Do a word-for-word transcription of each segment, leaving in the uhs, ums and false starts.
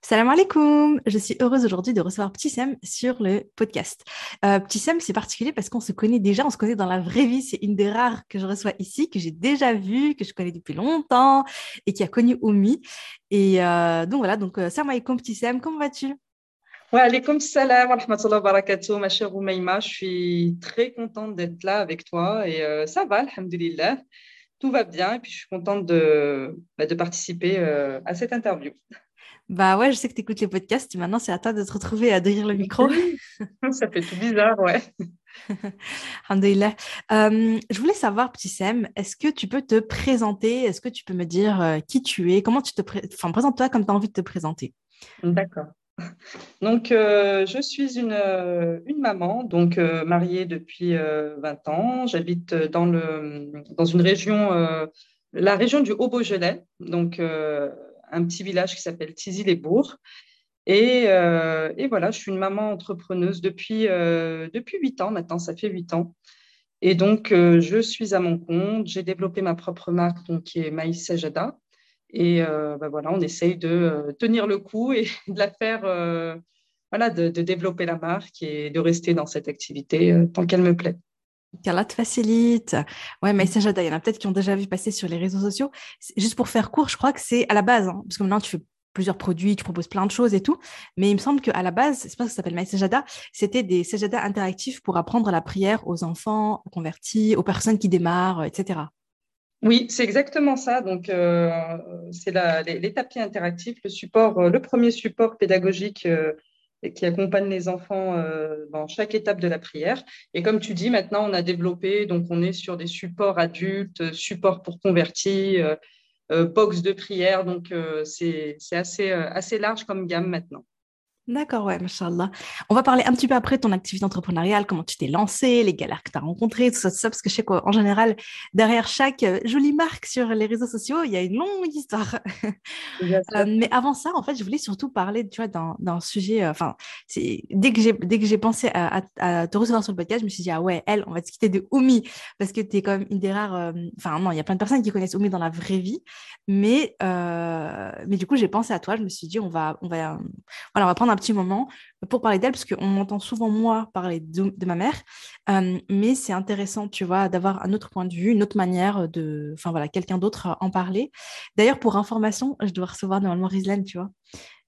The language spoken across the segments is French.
Salam alaikum. Je suis heureuse aujourd'hui de recevoir Ptissem sur le podcast. Euh, Ptissem, c'est particulier parce qu'on se connaît déjà, on se connaît dans la vraie vie. C'est une des rares que je reçois ici, que j'ai déjà vue, que je connais depuis longtemps et qui a connu Oumi. Et euh, donc voilà, donc euh, salam alaikum Ptissem, comment vas-tu? Wa alaykoum salam wa rahmatullahi wa barakatuh, ma chère Oumaima. Je suis très contente d'être là avec toi et euh, ça va, alhamdulillah. Tout va bien et puis je suis contente de, bah, de participer euh, à cette interview. Bah ouais, je sais que tu écoutes les podcasts. Maintenant, c'est à toi de te retrouver à derrière le micro. Oui, ça fait tout bizarre, ouais. Alhamdulillah. Euh, je voulais savoir, Ptissem, est-ce que tu peux te présenter? Est-ce que tu peux me dire euh, qui tu es? Comment tu te pré... Enfin, présente-toi comme tu as envie de te présenter. D'accord. Donc, euh, je suis une, euh, une maman, donc euh, mariée depuis euh, vingt ans. J'habite dans le, dans une région, euh, la région du Haut-Beaujolais, donc euh, un petit village qui s'appelle Tizy-les-Bourgs. Et, euh, et voilà, je suis une maman entrepreneuse depuis, euh, depuis huit ans maintenant, ça fait huit ans. Et donc, euh, je suis à mon compte, j'ai développé ma propre marque donc, qui est Maïs Sajada. Et euh, bah, voilà, on essaye de euh, tenir le coup et de la faire, euh, voilà, de, de développer la marque et de rester dans cette activité euh, tant qu'elle me plaît. Qu'Allah te facilite. Ouais, mais ça, il y en a peut-être qui ont déjà vu passer sur les réseaux sociaux. C'est- Juste pour faire court, je crois que c'est à la base, hein, parce que maintenant tu fais plusieurs produits, tu proposes plein de choses et tout. Mais il me semble qu'à la base, c'est pas que ça s'appelle My Sajada, c'était des sajadas interactifs pour apprendre la prière aux enfants aux convertis, aux personnes qui démarrent, et cetera. Oui, c'est exactement ça. Donc, euh, c'est la- les, les tapis interactifs, le support, euh, le premier support pédagogique euh, qui accompagne les enfants euh, dans chaque étape de la prière. Et comme tu dis, maintenant, on a développé, donc on est sur des supports adultes, supports pour convertis, euh, euh, box de prière. Donc, euh, c'est, c'est assez, euh, assez large comme gamme maintenant. D'accord, ouais, machallah. On va parler un petit peu après de ton activité entrepreneuriale, comment tu t'es lancé, les galères que tu as rencontrées, tout ça, tout ça, parce que je sais qu'en général, derrière chaque euh, jolie marque sur les réseaux sociaux, il y a une longue histoire. Bien Euh, sûr. mais avant ça, en fait, je voulais surtout parler, tu vois, d'un d'un sujet. euh, Enfin, c'est dès que j'ai dès que j'ai pensé à, à- à te recevoir sur le podcast, je me suis dit ah ouais, elle, on va discuter de Oumi parce que tu es quand même une des rares. euh, Enfin non, il y a plein de personnes qui connaissent Oumi dans la vraie vie, mais euh, mais du coup, j'ai pensé à toi. Je me suis dit on va on va euh, voilà, on va prendre un petit moment pour parler d'elle parce qu'on m'entend souvent moi parler de, de ma mère, euh, mais c'est intéressant, tu vois, d'avoir un autre point de vue, une autre manière de, enfin voilà, quelqu'un d'autre en parler. D'ailleurs, pour information, je dois recevoir normalement Rizlan, tu vois.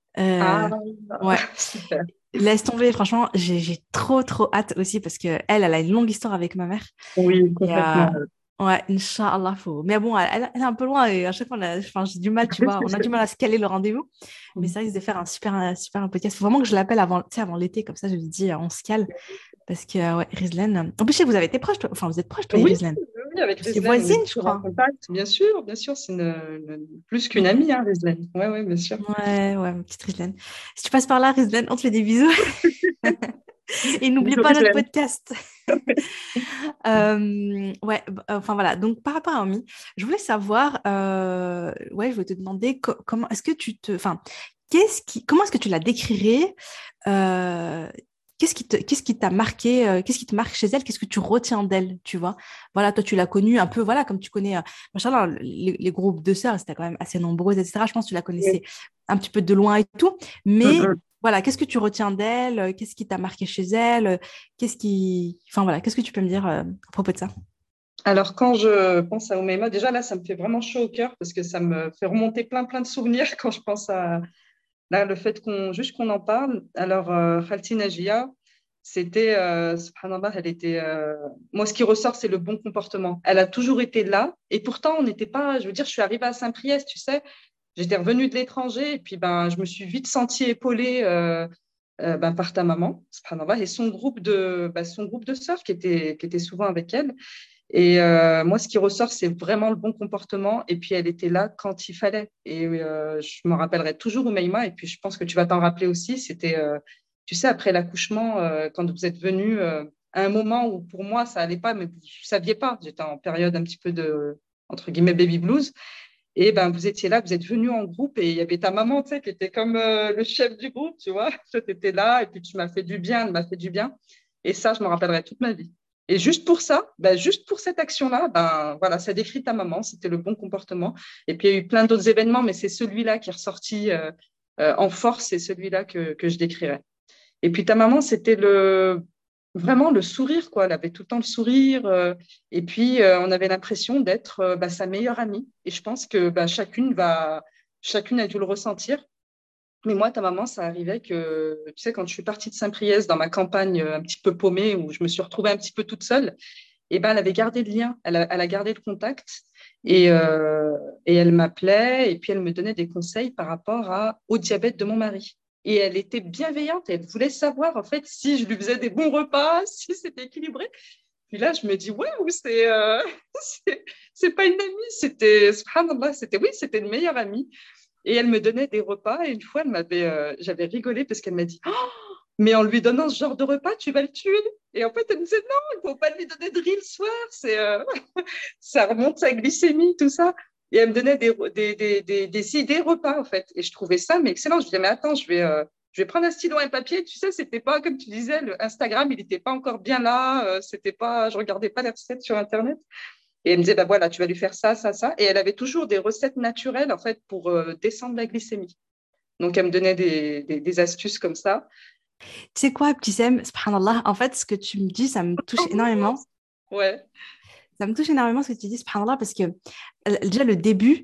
Ah, Euh, ouais, super. laisse tomber, franchement, j'ai j'ai trop, trop hâte aussi parce que elle, elle a une longue histoire avec ma mère. Oui, Et euh, complètement. ouais, Inch'Allah, faut. Mais bon, elle, elle est un peu loin et à chaque fois, on a- enfin, j'ai du mal, tu vois, on a du mal à se caler le rendez-vous. Mais ça risque de faire un super, un super un podcast. Faut vraiment que je l'appelle avant, tu sais, avant l'été, comme ça, je lui dis, euh, on se cale. Parce que, euh, ouais, Rizlan. euh, En plus, je sais que vous avez été proches, toi. Enfin, vous êtes proches, toi et Oui, Rizlan. oui, avec Vous étiez Rizlan, on est voisines, je toujours en crois. contact, bien sûr, bien sûr, c'est une, une- plus qu'une amie, hein, Rizlan. Oui, oui, bien sûr. Ouais, ouais, ma petite Rizlan. Si tu passes par là, Rizlan, on te fait des bisous. Et n'oublie Bisous, pas notre Rizlan. podcast. Euh, ouais, b- euh, enfin voilà. Donc par rapport à Omi, je voulais savoir, euh, ouais, je voulais te demander co- comment est-ce que tu te, enfin, qu'est-ce qui, comment est-ce que tu la décrirais? euh, Qu'est-ce qui te, qu'est-ce qui t'a marqué? euh, Qu'est-ce qui te marque chez elle? Qu'est-ce que tu retiens d'elle? Tu vois? Voilà, toi tu l'as connue un peu, voilà, comme tu connais, euh, machallah, les, les groupes de sœurs, c'était quand même assez nombreuses, et cetera. Je pense que tu la Oui. connaissais un petit peu de loin et tout, Mm, mais mm. voilà, qu'est-ce que tu retiens d'elle? euh, Qu'est-ce qui t'a marqué chez elle? Qu'est-ce qui... Enfin voilà, qu'est-ce que tu peux me dire euh, à propos de ça? Alors, quand je pense à Oumaima, déjà là, ça me fait vraiment chaud au cœur parce que ça me fait remonter plein, plein de souvenirs quand je pense à là, le fait qu'on, juste qu'on en parle. Alors, euh, Khalti Najia, c'était, euh, subhanallah, elle était, euh, moi, ce qui ressort, c'est le bon comportement. Elle a toujours été là et pourtant, on n'était pas, je veux dire, je suis arrivée à Saint-Priest, tu sais, j'étais revenue de l'étranger et puis ben, je me suis vite sentie épaulée euh, euh, ben, par ta maman, subhanallah, et son groupe de, ben, son groupe de sœurs qui était, qui était souvent avec elle. Et euh, moi, ce qui ressort, c'est vraiment le bon comportement. Et puis, elle était là quand il fallait. Et euh, je me rappellerai toujours Oumaima. Et puis, je pense que tu vas t'en rappeler aussi. C'était, euh, tu sais, après l'accouchement, euh, quand vous êtes venu euh, à un moment où pour moi, ça allait pas, mais vous ne saviez pas. J'étais en période un petit peu de, entre guillemets, baby blues. Et ben, vous étiez là, vous êtes venu en groupe et il y avait ta maman, tu sais, qui était comme euh, le chef du groupe, tu vois. Tu étais là et puis tu m'as fait du bien, elle m'a fait du bien. Et ça, je me rappellerai toute ma vie. Et juste pour ça, ben, juste pour cette action-là, ben, voilà, ça décrit ta maman, c'était le bon comportement. Et puis, il y a eu plein d'autres événements, mais c'est celui-là qui est ressorti euh, euh, en force, c'est celui-là que, que je décrirais. Et puis ta maman, c'était le, vraiment le sourire, quoi. Elle avait tout le temps le sourire. Euh, et puis, euh, on avait l'impression d'être euh, bah, sa meilleure amie. Et je pense que bah, chacune va, chacune a dû le ressentir. Mais moi, ta maman, ça arrivait que, tu sais, quand je suis partie de Saint-Priest dans ma campagne euh, un petit peu paumée, où je me suis retrouvée un petit peu toute seule, et ben, elle avait gardé le lien, elle a, elle a gardé le contact. Et, euh, et elle m'appelait et puis elle me donnait des conseils par rapport à, au diabète de mon mari. Et elle était bienveillante, elle voulait savoir en fait si je lui faisais des bons repas, si c'était équilibré. Puis là, je me dis, ouais, ou c'est, euh, c'est, c'est pas une amie, c'était, subhanallah, c'était, oui, c'était une meilleure amie. Et elle me donnait des repas. Et une fois, elle m'avait, euh, j'avais rigolé parce qu'elle m'a dit, oh, mais en lui donnant ce genre de repas, tu vas le tuer. Et en fait, elle me disait, non, il ne faut pas lui donner de riz le soir. C'est, euh, ça remonte sa glycémie, tout ça. Et elle me donnait des, des, des, des, des idées repas, en fait. Et je trouvais ça mais excellent. Je disais, mais attends, je vais, euh, je vais prendre un stylo et un papier. Tu sais, c'était pas, comme tu disais, le Instagram, il n'était pas encore bien là. Euh, c'était pas, je regardais pas les recettes sur Internet. Et elle me disait, bah voilà, tu vas lui faire ça, ça, ça. Et elle avait toujours des recettes naturelles, en fait, pour euh, descendre la glycémie. Donc, elle me donnait des, des, des astuces comme ça. Tu sais quoi, petit Sam, subhanallah, en fait, ce que tu me dis, ça me touche énormément. Ouais. Ça me touche énormément ce que tu dis, subhanallah, parce que euh, déjà le début,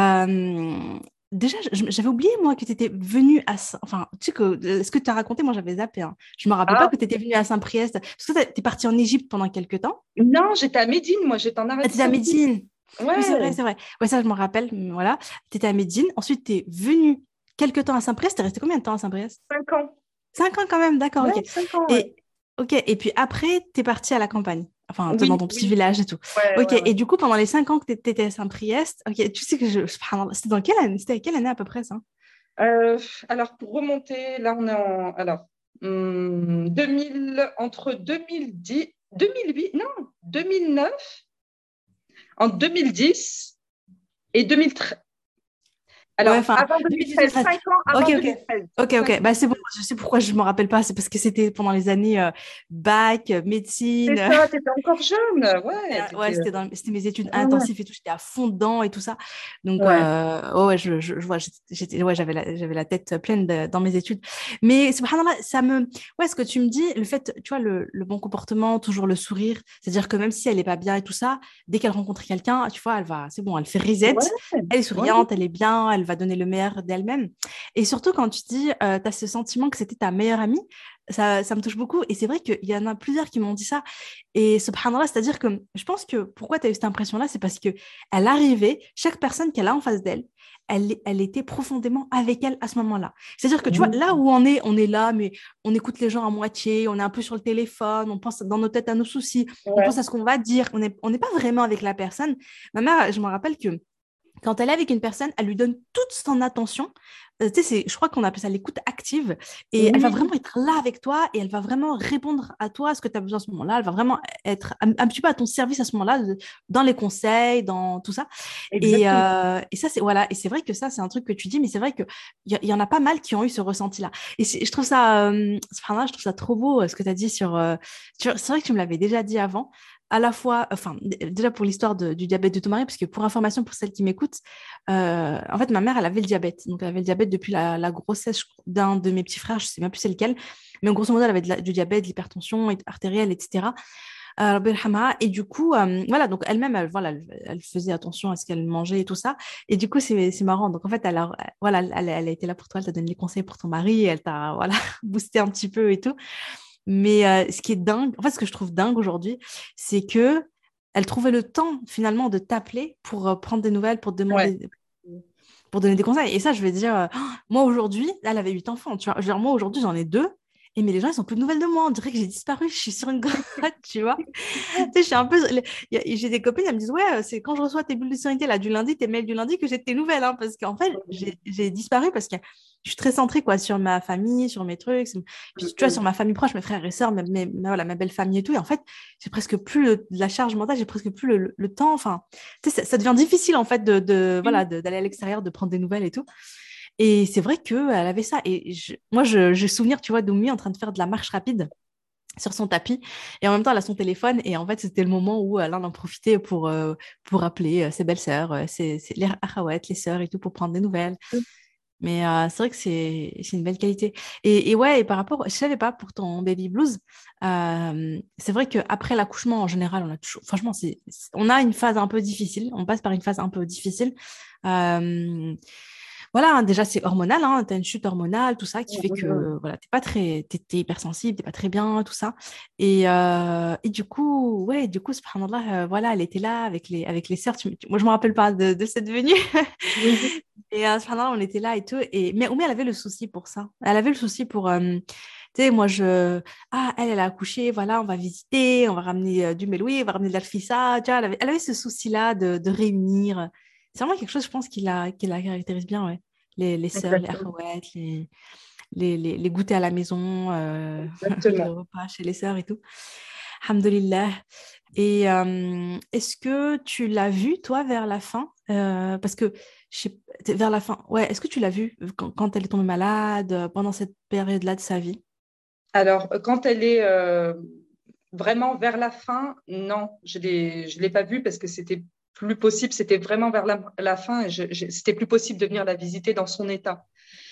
euh, déjà je- j'avais oublié moi que tu étais venue à... Saint- Enfin, tu sais que euh, ce que tu as raconté, moi j'avais zappé. Hein. Je me rappelais pas Ah, que tu étais venue à Saint-Priest. Parce que tu es partie en Égypte pendant quelques temps. non, j'étais à Médine, moi, j'étais en Ah, Arabie tu étais à Saoudite. Médine. Oui, c'est vrai, Ouais, c'est vrai. Ouais, ça je me rappelle. mais Voilà. Tu étais à Médine. Ensuite, tu es venue quelques temps à Saint-Priest. Tu es resté combien de temps à Saint-Priest? cinq ans. Cinq ans quand même, d'accord, Ouais, ok. cinq ans, ouais. Et, ok, et puis après, tu es partie à la campagne. Enfin, t'es dans Oui, ton petit oui. village et tout. Ouais, Ok, ouais, ouais. et du coup, pendant les cinq ans que tu étais à Saint-Priest, ok, tu sais que je. Subhanallah, c'était dans quelle année? C'était à quelle année à peu près ça? Euh, alors, pour remonter, là, on est en. Alors, hum, deux mille, entre deux mille dix, deux mille huit, non, deux mille neuf, en deux mille dix et deux mille treize. Ouais, Alors, enfin, avant deux mille deux mille treize, treize. cinq ans Ok, avant ok. deux mille treize. Ok, Cinq ok. ans. Bah, c'est bon, je sais pourquoi je ne me rappelle pas. C'est parce que c'était pendant les années euh, bac, euh, C'est médecine. ça, tu étais encore jeune. Ouais, Euh, Ouais, t'étais, euh, c'était dans, c'était mes études ouais, ouais. intensives et tout, j'étais à fond dedans et tout ça. Donc, Ouais. euh, oh ouais, je, je, je vois, j'étais, j'étais- ouais, j'avais la, j'avais la tête pleine de- dans mes études. Mais, subhanallah, ça me, ouais, ce que tu me dis, le fait, tu vois, le, le bon comportement, toujours le sourire, c'est-à-dire que même si elle est pas bien et tout ça, dès qu'elle rencontre quelqu'un, tu vois, elle va, c'est bon, elle fait reset, Ouais, elle est ouais. souriante, elle est bien, elle va donner le meilleur d'elle-même. Et surtout, quand tu dis, euh, tu as ce sentiment que c'était ta meilleure amie, ça, ça me touche beaucoup. Et c'est vrai qu'il y en a plusieurs qui m'ont dit ça. Et subhanallah, c'est-à-dire que je pense que pourquoi tu as eu cette impression-là, c'est parce que elle arrivait, chaque personne qu'elle a en face d'elle, elle, elle était profondément avec elle à ce moment-là. C'est-à-dire que tu vois, Oui, là où on est, on est là, mais on écoute les gens à moitié, on est un peu sur le téléphone, on pense dans nos têtes à nos soucis, on pense ouais. à ce qu'on va dire, on n'est on n'est pas vraiment avec la personne. Ma mère, je me rappelle que quand elle est avec une personne, elle lui donne toute son attention. Euh, tu sais, c'est- je crois qu'on appelle ça l'écoute active. Et elle va Oui, vraiment être là avec toi et elle va vraiment répondre à toi, à ce que tu as besoin à ce moment-là. Elle va vraiment être un, un petit peu à ton service à ce moment-là, de- dans les conseils, dans tout ça. Et, exactement. euh, et ça, c'est voilà. Et c'est vrai que ça, c'est un truc que tu dis, mais c'est vrai qu'il y, y en a pas mal qui ont eu ce ressenti-là. Et c'est- je trouve ça, euh, subhanallah, je trouve ça trop beau euh, ce que tu as dit sur. euh, sur- c'est vrai que tu me l'avais déjà dit avant à la fois, enfin, d- déjà pour l'histoire de- du diabète de ton mari, parce que pour information, pour celles qui m'écoutent, euh, en fait, ma mère, elle avait le diabète. Donc, elle avait le diabète depuis la, la grossesse je crois, d'un de mes petits frères, je sais même plus c'est lequel, mais grosso modo, elle avait de la- du diabète, de l'hypertension et- artérielle, et cetera. Euh, Rabbi yarhamha. Et du coup, euh, voilà, donc elle-même, elle, voilà, elle, elle faisait attention à ce qu'elle mangeait et tout ça. Et du coup, c'est c'est marrant. Donc, en fait, elle a, voilà, elle, elle a été là pour toi, elle t'a donné les conseils pour ton mari, elle t'a, voilà, boosté un petit peu et tout. Mais euh, ce qui est dingue, en fait, ce que je trouve dingue aujourd'hui, c'est que elle trouvait le temps finalement de t'appeler pour euh, prendre des nouvelles, pour te Ouais. demander, pour donner des conseils. Et ça, je vais dire, euh, oh, moi aujourd'hui, elle avait huit enfants, tu vois. Je veux dire, moi aujourd'hui, j'en ai deux. Et mais les gens, ils sont plus de nouvelles de moi. On dirait que j'ai disparu. Je suis sur une grotte, tu vois. Tu sais, je suis un peu. les- y a- J'ai des copines, elles me disent, ouais, euh, c'est quand je reçois tes bulles de sérénité là, du lundi, tes mails du lundi, que j'ai de tes nouvelles. Hein, parce qu'en fait, j'ai j'ai disparu parce que je suis très centrée quoi, sur ma famille, sur mes trucs. sur- puis, tu vois, sur ma famille proche, mes frères et sœurs, mes, mes- mes- voilà, ma belle famille et tout. Et en fait, j'ai presque plus le- de la charge mentale, j'ai presque plus le, le- le temps. Enfin, tu sais, ça, ça devient difficile en fait de, de, voilà, de- d'aller à l'extérieur, de prendre des nouvelles et tout. Et c'est vrai qu'elle avait ça. Et je- moi, je- j'ai souvenir, tu vois, d'Oumi en train de faire de la marche rapide sur son tapis. Et en même temps, elle a son téléphone. Et en fait, c'était le moment où elle en profitait pour, euh, pour appeler euh, ses belles-sœurs, euh, ses, ses- les akhawat, les sœurs et tout, pour prendre des nouvelles. Mais euh, c'est vrai que c'est c'est une belle qualité. Et, et ouais, et par rapport, je savais pas pour ton baby blues, euh, c'est vrai qu'après l'accouchement, en général, on a toujours, franchement, c'est, c'est- on a une phase un peu difficile. On passe par une phase un peu difficile. Euh, voilà, hein, déjà, c'est hormonal, hein, tu as une chute hormonale, tout ça, qui fait que voilà, t'es pas très, t'es, t'es hypersensible, t'es pas très bien, tout ça. Et, euh, et du coup, ouais, du coup, subhanallah, euh, voilà, elle était là avec les, avec les sœurs. Tu- tu- moi, je me rappelle pas de, de cette venue. Oui, Et euh, subhanallah, on était là et tout. Et... Mais Oumi, elle avait le souci pour ça. Elle avait le souci pour, euh, tu sais, moi, je, ah, elle, elle a accouché, voilà, on va visiter, on va ramener euh, du Meloui, on va ramener de l'Alfissa, tu vois, elle avait, elle avait ce souci-là de, de réunir. C'est vraiment quelque chose, je pense, qui la, qui la caractérise bien, ouais. Les, les sœurs, les exactement. akhawat, les, les, les, les goûters à la maison, euh, les Exactement. repas chez les sœurs et tout. Alhamdulillah. Et euh, est-ce que tu l'as vu, toi, vers la fin? Euh, parce que, je sais, vers la fin, ouais, est-ce que tu l'as vu quand, quand elle est tombée malade, euh, pendant cette période-là de sa vie? Alors, euh, quand elle est euh, vraiment vers la fin, non, je l'ai, je l'ai pas vue parce que c'était plus possible, c'était vraiment vers la, la fin et je, je- c'était plus possible de venir la visiter dans son état.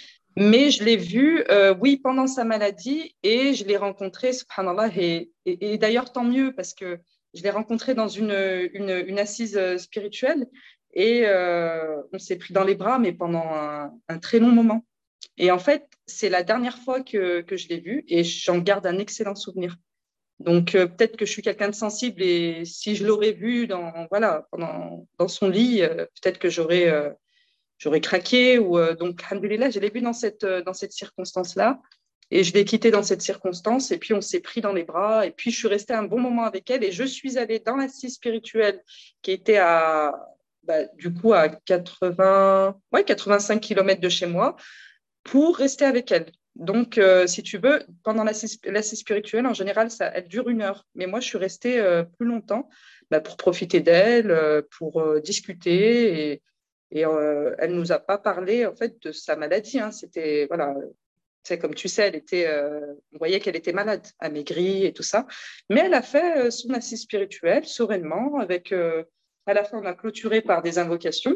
Mais je l'ai vue, euh, oui, pendant sa maladie et je l'ai rencontrée, subhanallah, et, et, et d'ailleurs, tant mieux parce que je l'ai rencontrée dans une, une, une assise euh, spirituelle et euh, on s'est pris dans les bras, mais pendant un, un très long moment. Et en fait, c'est la dernière fois que, que je l'ai vue et j'en garde un excellent souvenir. Donc, euh, peut-être que je suis quelqu'un de sensible et si je l'aurais vue dans, voilà, pendant, dans son lit, euh, peut-être que j'aurais euh, j'aurais craqué. Ou, euh, donc, alhamdoulilah, je l'ai vue dans cette, euh, dans cette circonstance-là et je l'ai quittée dans cette circonstance et puis on s'est pris dans les bras et puis je suis restée un bon moment avec elle et je suis allée dans l'assise spirituelle qui était à, bah, du coup, à quatre-vingts, ouais, quatre-vingt-cinq kilomètres de chez moi pour rester avec elle. Donc, euh, si tu veux, pendant l'assise spirituelle, en général, ça, elle dure une heure. Mais moi, je suis restée euh, plus longtemps bah, pour profiter d'elle, euh, pour euh, discuter. Et, et euh, elle nous a pas parlé en fait de sa maladie. Hein. C'était voilà, c'est comme tu sais, elle était, euh, on voyait qu'elle était malade, amaigrie et tout ça. Mais elle a fait euh, son assise spirituelle sereinement. Avec, euh, à la fin, on a clôturé par des invocations.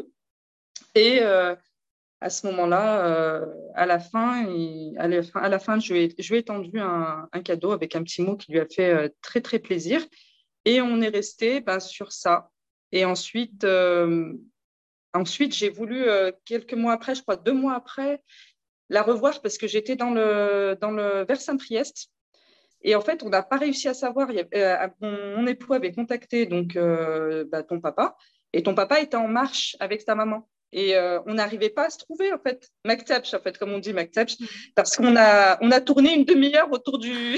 Et euh, à ce moment-là, euh, à la fin, il- à la fin, à la fin, je lui ai, je lui ai tendu un, un cadeau avec un petit mot qui lui a fait euh, très, très plaisir. Et on est resté ben, sur ça. Et ensuite, euh, ensuite j'ai voulu, euh, quelques mois après, je crois deux mois après, la revoir parce que j'étais dans le, dans le, vers Saint-Priest. Et en fait, on n'a pas réussi à savoir. Il y avait- euh, mon, mon époux avait contacté donc euh, bah, ton papa, et ton papa était en marche avec ta maman. Et euh, on n'arrivait pas à se trouver, en fait, Maktabch, en fait, comme on dit Maktabch, parce qu'on a, on a tourné une demi-heure autour du,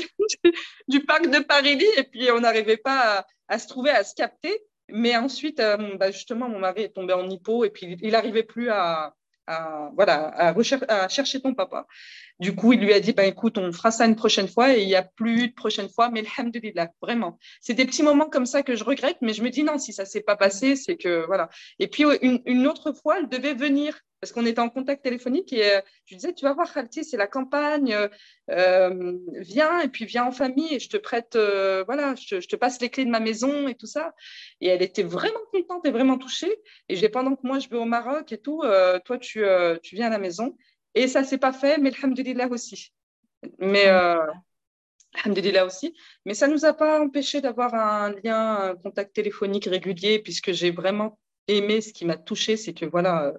du parc de Paris, et puis on n'arrivait pas à, à se trouver, à se capter. Mais ensuite, euh, bah, justement, mon mari est tombé en hypo, et puis il n'arrivait plus à, à, voilà, à, recher- à chercher ton papa. Du coup, il lui a dit, ben, écoute, on fera ça une prochaine fois et il n'y a plus eu de prochaine fois, mais alhamdoulilah, vraiment. C'est des petits moments comme ça que je regrette, mais je me dis non, si ça ne s'est pas passé, c'est que voilà. Et puis, une, une autre fois, elle devait venir parce qu'on était en contact téléphonique et euh, je lui disais, tu vas voir, Khalti, c'est la campagne, euh, euh, viens et puis viens en famille et je te prête, euh, voilà, je te, je te passe les clés de ma maison et tout ça. Et elle était vraiment contente et vraiment touchée. Et j'ai, pendant que moi, je vais au Maroc et tout, euh, toi, tu, euh, tu viens à la maison. Et ça ne s'est pas fait, mais alhamdoulilah aussi. Mais euh, alhamdoulilah aussi. Mais ça ne nous a pas empêché d'avoir un lien, un contact téléphonique régulier, puisque j'ai vraiment aimé ce qui m'a touchée, c'est que voilà, euh,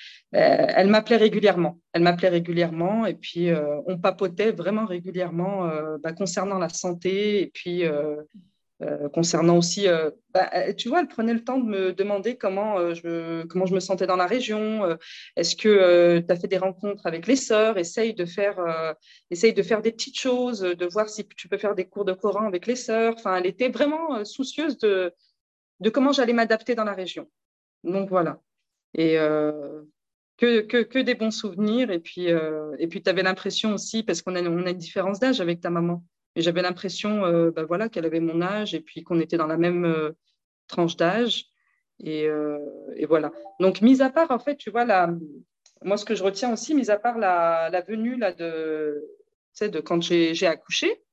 elle m'appelait régulièrement. Elle m'appelait régulièrement et puis euh, on papotait vraiment régulièrement euh, bah, concernant la santé et puis euh, euh, concernant aussi, euh, bah, euh, tu vois, elle prenait le temps de me demander comment, euh, je, comment je me sentais dans la région. Euh, est-ce que tu as fait des rencontres avec les sœurs? Essaye de faire, euh, essaye de faire des petites choses, de voir si tu peux faire des cours de Coran avec les sœurs. Enfin, elle était vraiment euh, soucieuse de, de comment j'allais m'adapter dans la région. Donc voilà. Et euh, que, que, que des bons souvenirs. Et puis, euh, et puis tu avais l'impression aussi, parce qu'on a, on a une différence d'âge avec ta maman, et j'avais l'impression euh, bah, voilà, qu'elle avait mon âge et puis qu'on était dans la même euh, tranche d'âge. Et, euh, et voilà. Donc, mis à part, en fait, tu vois, la, moi, ce que je retiens aussi, mis à part la, la venue là, de, tu sais, de quand j'ai, j'ai accouché,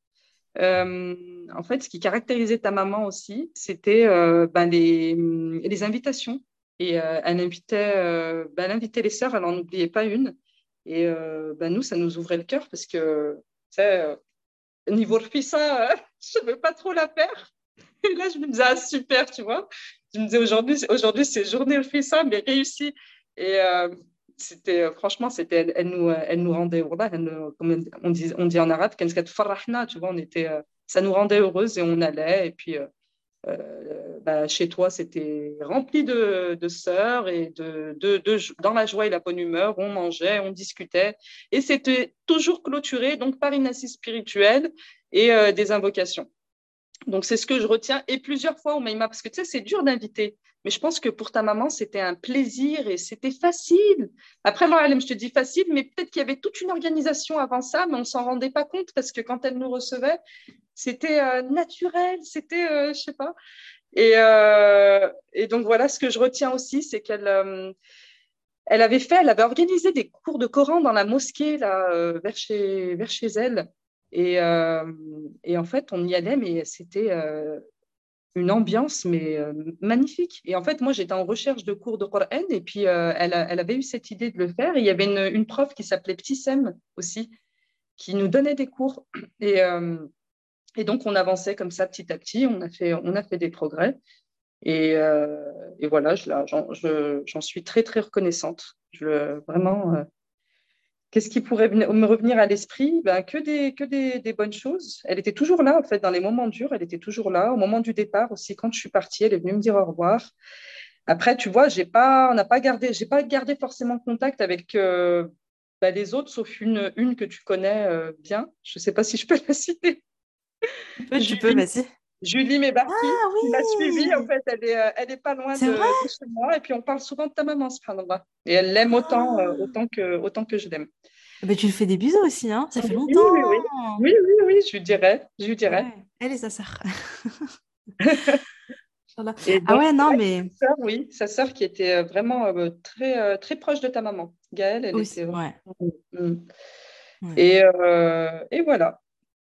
euh, en fait, ce qui caractérisait ta maman aussi, c'était euh, ben, les, les invitations. Et euh, elle invitait, euh, ben, elle invitait les sœurs, elle n'en oubliait pas une. Et euh, ben, nous, ça nous ouvrait le cœur parce que, tu sais, euh, niveau rfissa, euh, je ne veux pas trop la faire. Et là, je me disais, ah, super, tu vois. Je me disais, aujourd'hui, aujourd'hui c'est journée rfissa, mais réussi. Et euh, c'était, euh, franchement, c'était, elle, elle, nous, elle nous rendait, voilà, elle nous- comme on dit, on dit en arabe, tu vois, on était, euh, ça nous rendait heureuses et on allait. Et puis, euh, euh, bah, chez toi, c'était rempli de, de sœurs et de, de, de, dans la joie et la bonne humeur, on mangeait, on discutait. Et c'était toujours clôturé donc, par une assise spirituelle et euh, des invocations. Donc, c'est ce que je retiens. Et plusieurs fois, on m'a parce que tu sais, c'est dur d'inviter. Mais je pense que pour ta maman, c'était un plaisir et c'était facile. Après, moi, je te dis facile, mais peut-être qu'il y avait toute une organisation avant ça, mais on ne s'en rendait pas compte parce que quand elle nous recevait, c'était euh, naturel, c'était, euh, je ne sais pas. Et, euh, et donc, voilà, ce que je retiens aussi, c'est qu'elle euh, elle avait fait, elle avait organisé des cours de Coran dans la mosquée, là, euh, vers, chez, vers chez elle. Et, euh, et en fait, on y allait, mais c'était euh, une ambiance mais euh, magnifique. Et en fait, moi, j'étais en recherche de cours de Coran et puis euh, elle, a, elle avait eu cette idée de le faire. Et il y avait une, une prof qui s'appelait Ptissem aussi, qui nous donnait des cours. Et, euh, et donc, on avançait comme ça petit à petit. On a fait, on a fait des progrès. Et, euh, et voilà, je, j'en, je, j'en suis très, très reconnaissante. Je, vraiment, euh, qu'est-ce qui pourrait me revenir à l'esprit? Ben, que des, que des, des bonnes choses. Elle était toujours là, en fait, dans les moments durs, elle était toujours là. Au moment du départ aussi, quand je suis partie, elle est venue me dire au revoir. Après, tu vois, j'ai pas, on n'a pas gardé, j'ai pas gardé forcément contact avec euh, ben, les autres, sauf une, une que tu connais euh, bien. Je ne sais pas si je peux la citer. Tu peux, tu peux, Julie, vas-y. Julie Mébarki, Ah qui m'a suivie. En oui, fait, elle est, euh, elle est pas loin c'est de, vrai? de chez moi. Et puis, on parle souvent de ta maman, subhanallah. Et elle l'aime autant, euh, Ah. autant que, autant que je l'aime. Eh ben, tu le fais des bisous aussi, hein? Ça fait Oui, longtemps. oui, oui. Oui, oui, oui, je lui dirais. Je lui dirais. Ouais, elle et sa sœur. Inch'Allah. Et Ah donc, ouais, c'est non, vrai que mais sa sœur, oui, sa sœur qui était euh, vraiment euh, très, euh, très proche de ta maman. Gaëlle, elle aussi, était vraiment. ouais. Mm. Ouais. Et, euh, et voilà.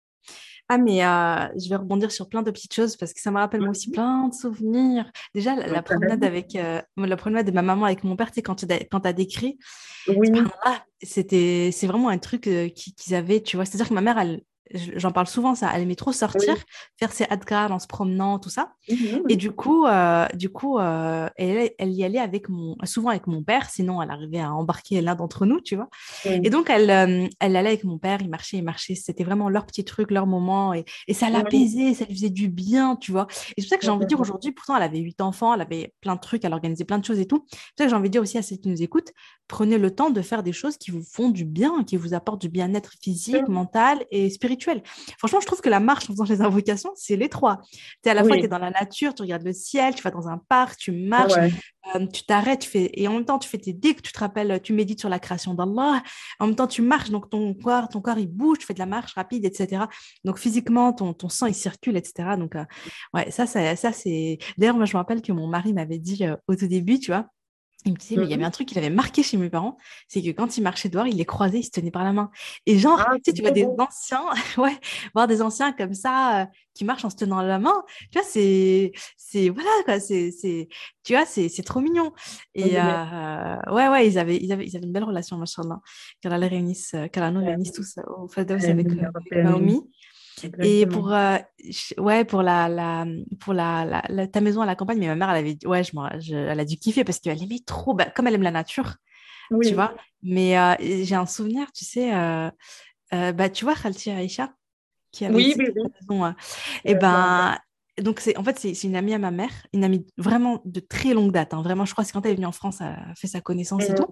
Ah, mais euh, je vais rebondir sur plein de petites choses parce que ça me rappelle moi aussi Mhm. plein de souvenirs. Déjà, la, la Donc, promenade avec euh, la promenade de ma maman avec mon père, tu sais, quand tu quand as décrit, oui, subhanallah, c'était, c'est vraiment un truc euh, qui- qu'ils avaient, tu vois. C'est-à-dire que ma mère, elle, j'en parle souvent, ça, elle aimait trop sortir, oui. faire ses adhkar en se promenant, tout ça. Mhm, Et oui. du coup, euh, du coup euh, elle, elle y allait avec mon, souvent avec mon père, sinon elle arrivait à embarquer l'un d'entre nous, tu vois. Et Oui. donc, elle, euh, elle allait avec mon père, il marchait, il marchait, c'était vraiment leur petit truc, leur moment, et, et ça Oui. l'apaisait, ça lui faisait du bien, tu vois. Et c'est pour ça que j'ai envie de dire Mhm. aujourd'hui, pourtant, elle avait huit enfants, elle avait plein de trucs, elle organisait plein de choses et tout. C'est pour ça que j'ai envie de dire aussi à ceux qui nous écoutent, prenez le temps de faire des choses qui vous font du bien, qui vous apportent du bien-être physique, mental et spirituel. Franchement, je trouve que la marche en faisant les invocations, c'est les trois. Tu à la fois, tu es Oui. dans la nature, tu regardes le ciel, tu vas dans un parc, tu marches, Ouais. euh, tu t'arrêtes, tu fais... et en même temps, tu fais tes dicks, tu te rappelles, tu médites sur la création d'Allah. En même temps, tu marches, donc ton corps, ton corps, il bouge, tu fais de la marche rapide, et cetera. Donc physiquement, ton, ton sang, il circule, et cetera. Donc, euh, ouais, ça, ça, ça c'est... D'ailleurs, moi, je me rappelle que mon mari m'avait dit euh, au tout début, tu vois, il me disait, mais il y avait Mhm. un truc qui l'avait marqué chez mes parents, c'est que quand il marchait dehors, il les croisait, il se tenait par la main. Et genre, Ah, tu sais, c'est tu vois trop des beau. anciens, ouais, voir des anciens comme ça, euh, qui marchent en se tenant la main, tu vois, c'est, c'est, voilà, quoi, c'est, c'est, tu vois, c'est, c'est trop mignon. Et Oui. euh, ouais, ouais, ils avaient, ils avaient, ils avaient une belle relation, machallah, qu'Allah les réunisse, euh, qu'Allah nous réunisse tous euh, au Firdaus avec, euh, Amin, ya avec Rabbi, amin. Naomi. Et Exactement. pour, euh, je- ouais, pour, la, la, pour la, la- la- ta maison à la campagne, mais ma mère, elle avait, ouais, je, m'en- je- elle a dû kiffer parce qu'elle aimait trop, bah, comme elle aime la nature, tu Oui. vois. Mais euh, j'ai un souvenir, tu sais, euh, euh, bah, tu vois, Khalti Aïcha, qui avait Oui, oui, cité oui. ta maison. Euh, et Ouais, je me rappelle. ben, donc, c'est, en fait, c'est c'est une amie à ma mère, une amie vraiment de très longue date, hein, vraiment, je crois que c'est quand elle est venue en France, elle a fait sa connaissance et tout. Mhm.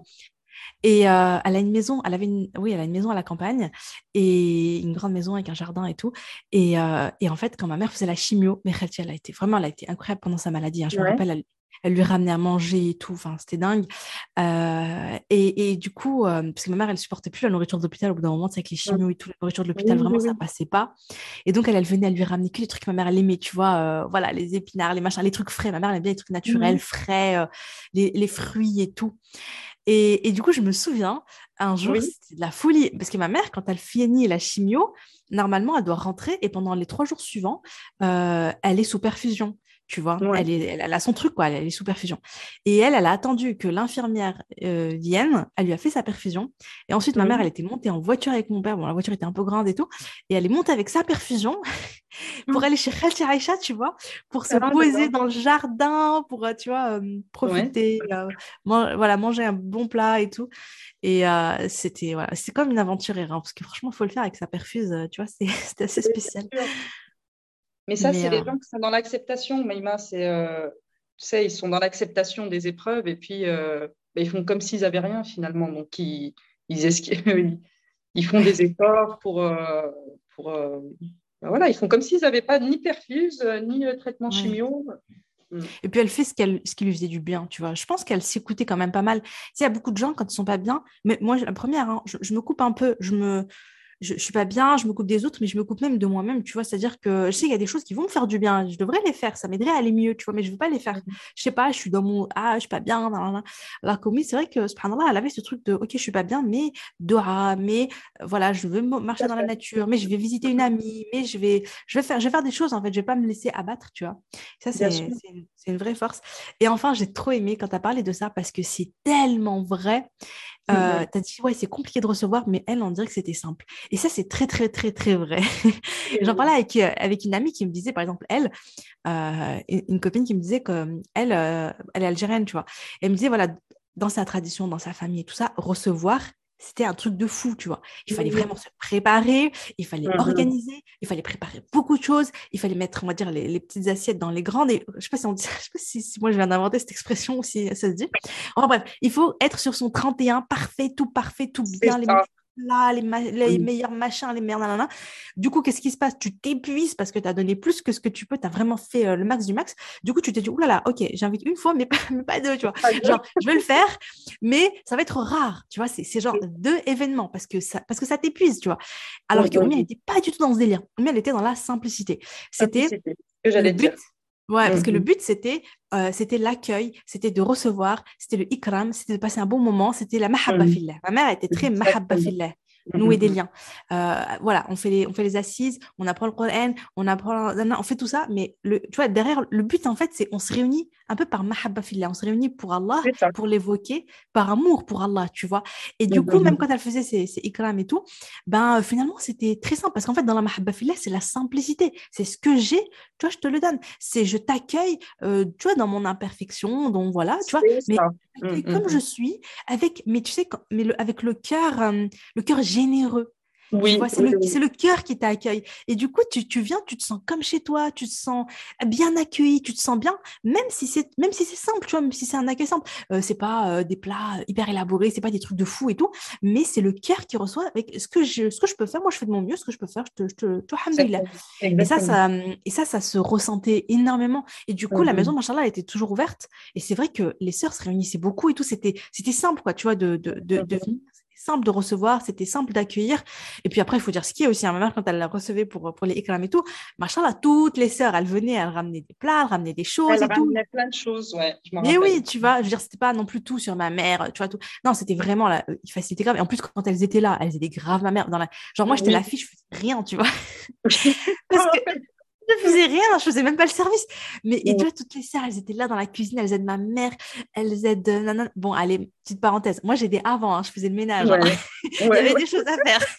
Et euh, elle a une maison, elle avait une, oui, elle a une maison à la campagne et une grande maison avec un jardin et tout. Et, euh, et en fait, quand ma mère faisait la chimio, mais Khelti, elle a été vraiment, elle a été incroyable pendant sa maladie, hein. Je me Ouais. rappelle, elle, elle lui ramenait à manger et tout. Enfin, c'était dingue. Euh, et, et du coup, euh, parce que ma mère, elle supportait plus la nourriture d'hôpital au bout d'un moment, c'est avec les Mhm. chimios et tout, la nourriture de l'hôpital, Oui, oui, vraiment, ça oui. passait pas. Et donc, elle, elle venait, elle lui ramener que les trucs que ma mère, elle aimait, tu vois, euh, voilà, les épinards, les machins, les trucs frais. Ma mère, elle aime bien les trucs naturels, Mhm. frais, euh, les, les fruits et tout. Et, et du coup, je me souviens, un jour, Oui. c'était de la folie. Parce que ma mère, quand elle finit la chimio, normalement, elle doit rentrer et pendant les trois jours suivants, euh, elle est sous perfusion. tu vois. Ouais. Elle, est, elle, elle a son truc, quoi. Elle, elle est sous perfusion. Et elle, elle a attendu que l'infirmière euh, vienne. Elle lui a fait sa perfusion. Et ensuite, ma mère, elle Mhm. était montée en voiture avec mon père. Bon, la voiture était un peu grande et tout. Et elle est montée avec sa perfusion pour aller chez Khalti Aïcha, tu vois, pour se Ah, poser d'accord. dans le jardin, pour, euh, tu vois, euh, Ouais. profiter, euh, man- voilà, manger un bon plat et tout. Et euh, c'était voilà, c'est comme une aventurière, hein, parce que franchement, il faut le faire avec sa perfuse, euh, tu vois, c'est c'était assez Oui, bien spécial. sûr. Mais ça, Mais c'est les euh, gens qui sont dans l'acceptation, Maïma. C'est, euh, tu sais, ils sont dans l'acceptation des épreuves et puis euh, bah, ils font comme s'ils n'avaient rien finalement. Donc, ils, ils, esqui- ils, ils font des efforts pour. euh, pour euh, bah, voilà, ils font comme s'ils n'avaient pas ni perfuse, euh, ni euh, traitement ouais. chimio. Mm. Et puis elle fait ce, qu'elle, ce qui lui faisait du bien, tu vois. Je pense qu'elle s'écoutait quand même pas mal. Il y a beaucoup de gens, quand ils sont pas bien, mais moi, la première, hein, je, je me coupe un peu, je me, je, je suis pas bien, je me coupe des autres, mais je me coupe même de moi-même, tu vois. C'est-à-dire que je sais qu'il y a des choses qui vont me faire du bien, je devrais les faire, ça m'aiderait à aller mieux, tu vois, mais je veux pas les faire. Je sais pas, je suis dans mon, ah, je suis pas bien, nan, nan, nan. Alors que oui, c'est vrai que, subhanallah, elle avait ce truc de, ok, je suis pas bien, mais dora, mais euh, voilà, je veux mo- Tout marcher à dans la fait. nature, mais je vais visiter une amie, mais je vais, je vais faire, je vais faire des choses, en fait, je vais pas me laisser abattre, tu vois. Ça, Bien c'est sûr. c'est une, c'est une vraie force. Et enfin, j'ai trop aimé quand tu as parlé de ça parce que c'est tellement vrai. Euh, Mm, tu as dit, ouais, c'est compliqué de recevoir, mais elle, on dirait que c'était simple. Et ça, c'est très, très, très, très vrai. J'en mm. parlais avec, euh, avec une amie qui me disait, par exemple, elle, euh, une, une copine qui me disait qu'elle, elle, euh, elle est algérienne, tu vois. Elle me disait, voilà, dans sa tradition, dans sa famille et tout ça, recevoir, c'était un truc de fou, tu vois. Il fallait Oui. vraiment se préparer, il fallait Mhm. organiser, il fallait préparer beaucoup de choses, il fallait mettre, on va dire, les, les petites assiettes dans les grandes. Et, je sais pas si on dit, je sais pas si, si moi je viens d'inventer cette expression ou si ça se dit. Enfin bref, il faut être sur son trente et un, parfait, tout parfait, tout C'est bien, les ça. meilleurs plats, les, ma- les Mm. meilleurs machins, les meilleurs nanana. Du coup, qu'est-ce qui se passe? Tu t'épuises parce que tu as donné plus que ce que tu peux, tu as vraiment fait euh, le max du max. Du coup, tu te dis, oulala, ok, j'invite une fois, mais pas, mais pas deux, tu vois. Pas grave. Genre, je vais le faire, mais ça va être rare, tu vois. C'est c'est genre deux événements parce que ça, parce que ça t'épuise, tu vois. Mm, Alors que mm, Oumi, elle mm. n'était pas du tout dans ce délire. Oumi, elle était dans la simplicité. C'était Simplicité, ce que le j'allais but. dire. Ouais, parce que le Mhm. but, c'était euh, c'était l'accueil, c'était de recevoir, c'était le ikram, c'était de passer un bon moment, c'était la mahabba Mhm. fillah. Ma mère était très mahabba Exactement. fillah, nouer des Mhm. liens. Euh, voilà, on fait, les, on fait les assises, on apprend le Coran, on apprend, on fait tout ça, mais le, tu vois, derrière, le but, en fait, c'est on se réunit un peu par mahabba fillah, on se réunit pour Allah, C'est ça. pour l'évoquer, par amour pour Allah, tu vois. Et du coup, même Mhm. quand elle faisait ses, ses ikram et tout, ben, euh, finalement, c'était très simple, parce qu'en fait, dans la mahabba fillah, c'est la simplicité, c'est ce que j'ai, tu vois, je te le donne. C'est je t'accueille, euh, tu vois, dans mon imperfection, donc voilà, tu vois, C'est mais ça. je t'accueille comme je Mhm. suis, avec, mais tu sais, quand- mais le- avec le cœur, euh, le cœur généreux. Tu Oui, vois, c'est oui, le, c'est oui. le cœur qui t'accueille. Et du coup, tu, tu viens, tu te sens comme chez toi, tu te sens bien accueilli, tu te sens bien, même si c'est, même si c'est simple, tu vois, même si c'est un accueil simple. Euh, c'est pas euh, des plats hyper élaborés, c'est pas des trucs de fou et tout, mais c'est le cœur qui reçoit avec ce que je, ce que je peux faire. Moi, je fais de mon mieux, ce que je peux faire, je te, je te, tu vois, alhamdoulilah. Exactement. Et ça, Exactement. ça, et ça, ça se ressentait énormément. Et du coup, la maison, Mhm. machallah, elle était toujours ouverte. Et c'est vrai que les sœurs se réunissaient beaucoup et tout. C'était, c'était simple, quoi, tu vois, de, de, de, de Mhm. venir. C'était simple de recevoir, c'était simple d'accueillir. Et puis après, il faut dire ce qui est aussi. Hein, ma mère, quand elle la recevait pour, pour les ikram et tout, machallah, toutes les sœurs, elles venaient, elles ramenaient des plats, elles ramenaient des choses Elle et tout. ramenait plein de choses, ouais, je me Mais rappelle. oui, tu vois, je veux dire, c'était pas non plus tout sur ma mère, tu vois, tout. Non, c'était vraiment, là, il facilitait grave. Et en plus, quand elles étaient là, elles aidaient grave ma mère. Dans la... Genre, moi, j'étais Oui, la fille, je faisais rien, tu vois. je me Parce que rappelle. je faisais rien, je faisais même pas le service. Mais et tu Mhm. vois, toutes les sœurs, elles étaient là dans la cuisine, elles aident ma mère, elles aident. euh, nanana. Bon, allez, petite parenthèse. Moi, j'aidais avant, hein, je faisais le ménage, hein. Ouais, Il y ouais, avait ouais. des choses à faire.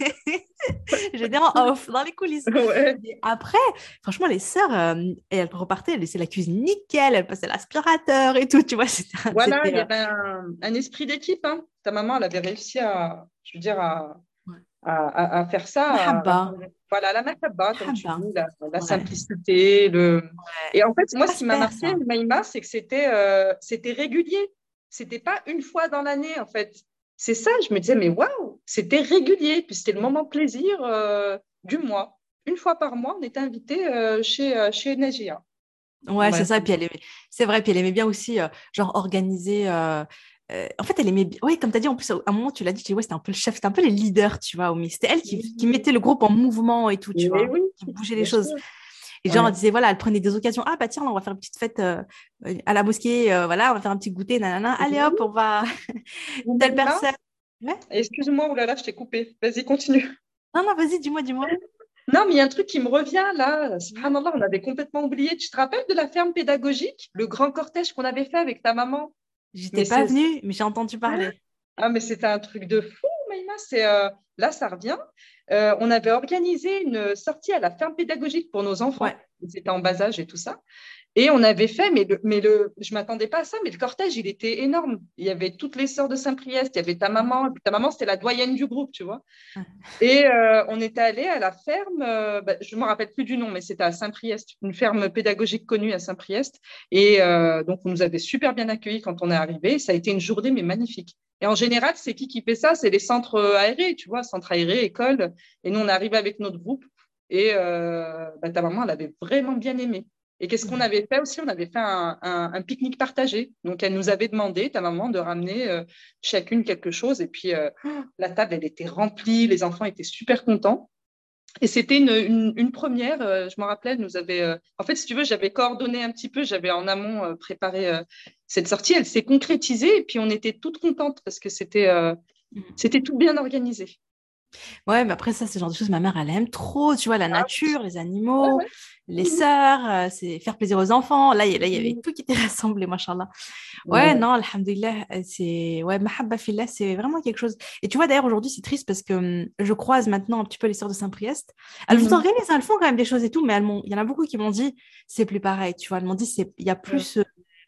J'étais en off, dans les coulisses. Ouais. Et après, franchement, les sœurs, euh, et elles repartaient, elles laissaient la cuisine nickel, elles passaient l'aspirateur et tout, tu vois. C'était, Voilà, il c'était y euh, avait un, un esprit d'équipe, hein. Ta maman, elle avait réussi à, je veux dire, à, ouais. à, à- à faire ça. à- à- Mahabba. voilà, la mahabba, comme tu Mahabba. dis, la, la Ouais. simplicité. Le... Ouais. Et en fait, moi, Ça ce qui se m'a perd, marqué, ça. Maïma, c'est que c'était euh, c'était régulier. C'était pas une fois dans l'année, en fait. C'est ça, je me disais, mais waouh, c'était régulier. Puis c'était le moment plaisir euh, du mois. Une fois par mois, on était invité euh, chez, euh, chez Najia. Ouais, c'est Bref. ça. Et puis elle aimait, c'est vrai, puis elle aimait bien aussi, euh, genre, organiser. euh, euh, en fait, elle aimait bien. Oui, comme tu as dit, en plus, à un moment, tu l'as dit, tu dis, ouais, c'était un peu le chef, c'était un peu les leaders, tu vois. Mais c'était elle qui, qui Oui, mettait le groupe en mouvement et tout, tu oui, vois, oui, qui bougeait les bien choses. sûr. Et genre, elle Ouais. disait, voilà, elle prenait des occasions. Ah, bah tiens, on va faire une petite fête euh, euh, à la mosquée, euh, voilà, on va faire un petit goûter, nanana. Allez hop, on va. Ou Telle Maïma, personne. Ouais. excuse-moi, oulala, je t'ai coupé. Vas-y, continue. Non, non, vas-y, dis-moi, dis-moi. Non, mais il y a un truc qui me revient là. Subhanallah, on avait complètement oublié. Tu te rappelles de la ferme pédagogique, le grand cortège qu'on avait fait avec ta maman? J'étais Mais pas c'est venue, mais j'ai entendu parler. ah, mais c'était un truc de fou, Maïma. C'est euh, là, ça revient. Euh, on avait organisé une sortie à la ferme pédagogique pour nos Ouais. enfants. Ils étaient en bas âge et tout ça. Et on avait fait, mais, le, mais le, je ne m'attendais pas à ça, mais le cortège, il était énorme. Il y avait toutes les sœurs de Saint-Priest, il y avait ta maman. Et puis ta maman, c'était la doyenne du groupe, tu vois. Et euh, on était allé à la ferme, euh, bah, je ne me rappelle plus du nom, mais c'était à Saint-Priest, une ferme pédagogique connue à Saint-Priest. Et euh, donc, on nous avait super bien accueillis quand on est arrivé. Ça a été une journée, mais magnifique. Et en général, c'est qui qui fait ça? C'est les centres aérés, tu vois, centres aérés, écoles. Et nous, on arrive avec notre groupe. Et euh, bah, ta maman, elle avait vraiment bien aimé. Et qu'est-ce qu'on avait fait aussi? On avait fait un, un, un pique-nique partagé. Donc, elle nous avait demandé, ta maman, de ramener euh, chacune quelque chose. Et puis, euh, la table, elle était remplie. Les enfants étaient super contents. Et c'était une, une, une première. Euh, je me rappelais, elle nous avait. Euh, en fait, si tu veux, j'avais coordonné un petit peu. J'avais en amont euh, préparé euh, cette sortie. Elle s'est concrétisée. Et puis, on était toutes contentes parce que c'était, euh, c'était tout bien organisé. Ouais, mais après, ça, c'est le genre de choses, ma mère, elle aime trop, tu vois, la Ah, nature, les ouais, animaux, ouais. les sœurs, euh, c'est faire plaisir aux enfants. Là, il y, là, il y avait tout qui était rassemblé, machallah. Ouais, Ouais. non, alhamdoulilah, euh, c'est... Ouais, mahabba fillah, c'est vraiment quelque chose. Et tu vois, d'ailleurs, aujourd'hui, c'est triste parce que hum, je croise maintenant un petit peu les sœurs de Saint-Priest. Elles vous Mhm. organisent, elles font quand même des choses et tout, mais elles m'ont... il y en a beaucoup qui m'ont dit, c'est plus pareil, tu vois. Elles m'ont dit, c'est... il y a Ouais. plus... euh,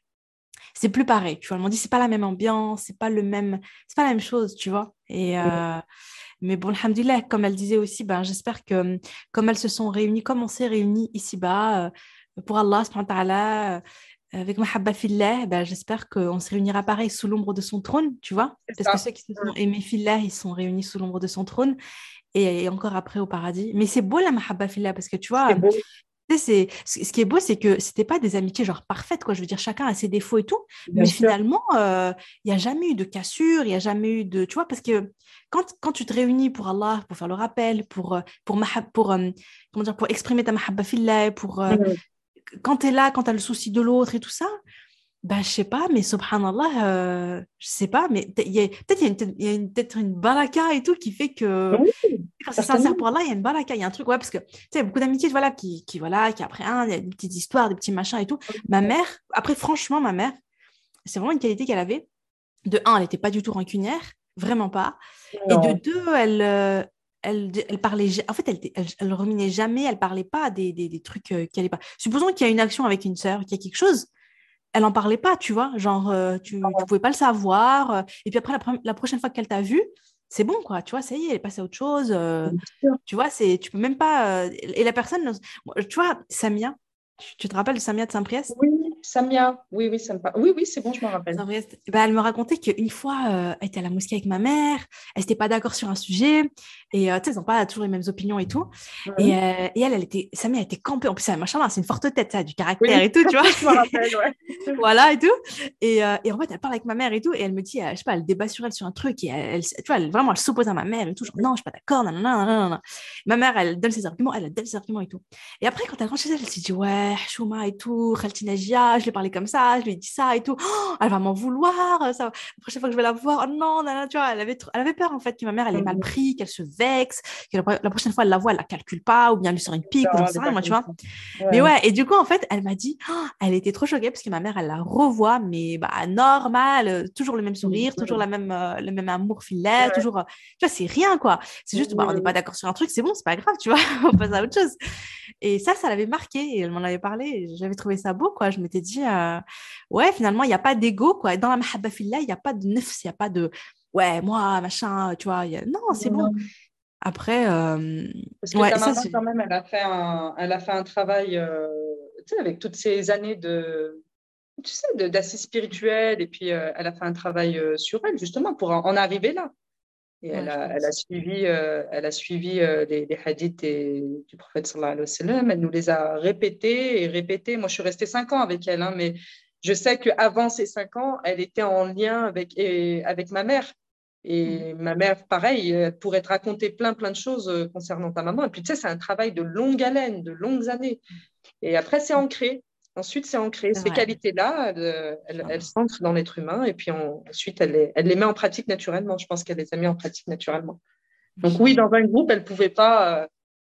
c'est plus pareil, tu vois. Elles m'ont dit, c'est pas la même ambiance, c'est pas le même... C'est pas la même chose, tu vois. Et... euh, mais bon, alhamdoulilah, comme elle disait aussi, ben, j'espère que hum, comme elles se sont réunies, comme on s'est réunis ici-bas, euh, pour Allah, subhanahu wa ta'ala, euh, avec Mahabba Fillah, ben, j'espère qu'on se réunira pareil sous l'ombre de son trône, tu vois, C'est parce que ça. ceux qui se Ouais. sont aimés Fillah, ils sont réunis sous l'ombre de son trône et, et encore après au paradis. Mais c'est beau la Mahabba Fillah, parce que tu C'est vois, beau. tu sais, c'est, ce ce qui est beau, c'est que c'était pas des amitiés genre parfaites, quoi. Je veux dire, chacun a ses défauts et tout, Bien mais sûr. finalement, euh, il n'y a jamais eu de cassure, il n'y a jamais eu de, tu vois, parce que quand, quand tu te réunis pour Allah, pour faire le rappel, pour, euh, pour, mahab- pour, euh, comment dire, pour exprimer ta mahabba fillah, pour, euh, Mhm. quand tu es là, quand tu as le souci de l'autre et tout ça, ben, je sais pas, mais subhanallah, euh, je sais pas, mais t- il y a- peut-être il y a, une, il y a une- peut-être une baraka et tout qui fait que Oui, quand c'est sincère certainement. pour Allah, il y a une baraka, il y a un truc, ouais, parce que tu sais, beaucoup d'amitiés, voilà, qui, qui, voilà, qui après un, il y a des petites histoires, des petits machins et tout. Ma mère, après, franchement, ma mère, c'est vraiment une qualité qu'elle avait. De un, elle n'était pas du tout rancunière, vraiment pas. Et de Non. deux, elle, euh, elle, elle parlait, ja- en fait, elle, était- elle, elle ruminait jamais, elle parlait pas des, des, des trucs euh, qui allaient pas. Supposons qu'il y a une action avec une sœur, qu'il y a quelque chose, elle en parlait pas, tu vois, genre, euh, tu, tu pouvais pas le savoir. euh, et puis après, la, pre- la prochaine fois qu'elle t'a vu, c'est bon, quoi, tu vois, ça y est, elle est passée à autre chose. euh, Bien sûr. tu vois, c'est, tu peux même pas. euh, et la personne, moi, tu vois, Samia, tu, tu te rappelles de Samia de Saint-Priest? Oui, Samia. Oui, oui, ça me parle. Oui, oui, c'est bon, je m'en rappelle. Saint-Priest. Bah, elle me racontait qu'une fois, euh, elle était à la mosquée avec ma mère, elle n'était pas d'accord sur un sujet, et euh, tu sais, ils n'ont pas toujours les mêmes opinions et tout. Et, Mhm. euh, et elle, elle était, Samia, elle était campée. En plus, elle, machin, c'est une forte tête, ça a du caractère Oui, et tout, tu vois. je me rappelle, ouais. Voilà et tout. Et, euh, et en fait, elle parle avec ma mère et tout, et elle me dit, euh, je sais pas, elle débat sur elle sur un truc, et elle, elle- tu vois, elle, vraiment, elle s'oppose à ma mère et tout. Genre, non, je suis pas d'accord, non, non, non, non, non. Ma mère, elle donne ses arguments, elle, elle donne ses arguments et tout. Et après, quand elle rentre chez elle, elle s'est dit, ouais, Chouma et tout, Khalti Najia, je lui ai parlé comme ça, je lui ai dit ça et tout. Oh, elle va m'en vouloir, ça. La prochaine fois que je vais la voir, oh non, non, non, tu vois, elle avait, trop- elle avait peur en fait que ma mère, elle ait mal Mhm. pris, qu'elle se vexe, que la, la prochaine fois, elle la voit, elle la calcule pas, ou bien elle lui sort une pique, ou j'en Non, elle sais n'est rien, pas moi, tu comme vois. ça. Mais Ouais. ouais, et du coup, en fait, elle m'a dit, oh, elle était trop choquée parce que ma mère, elle la revoit, mais bah, normal, euh, toujours le même sourire, toujours la Mhm. même, euh, le même amour filet, Ouais. toujours, euh, tu vois, c'est rien, quoi. C'est juste, bah, on n'est pas Mhm. d'accord sur un truc, c'est bon, c'est pas grave, tu vois, on passe à autre chose. Et ça, ça l'avait marqué, et elle m'en avait parlé, et j'avais trouvé ça beau, quoi. Je m'étais dit, euh, ouais, finalement, il n'y a pas d'ego, quoi. Dans la mahabba fillah, il n'y a pas de nefs, il n'y a pas de, ouais, moi, machin, tu vois, y a- non, c'est bon. Non. Après, euh, Parce que ouais, ta ça, maman, quand c'est. même, elle a fait un, elle a fait un travail, euh, tu sais, avec toutes ces années de, tu sais, de- d'assises spirituelles, et puis euh, elle a fait un travail euh, sur elle, justement, pour en, en arriver là. Et elle Ouais, je a, elle a pense. suivi, euh, elle a suivi euh, les, les hadiths des- du prophète sallallahu alayhi wa sallam. Elle nous les a répétés et répétés. Moi, je suis restée cinq ans avec elle, hein, mais je sais qu'avant ces cinq ans, elle était en lien avec, et, avec ma mère. Mhm. Et ma mère, pareil, elle pourrait te raconter plein, plein de choses euh, concernant ta maman. Et puis, tu sais, c'est un travail de longue haleine, de longues années. Et après, c'est ancré. Ensuite, c'est ancré. C'est Ces vrai. qualités-là, elles, elles, elles Inch'Allah. s'ancrent dans l'être humain. Et puis, on- ensuite, elle les, elle les met en pratique naturellement. Je pense qu'elle les a mis en pratique naturellement. Donc oui, Inch'Allah. dans un groupe, elle ne pouvait pas. euh,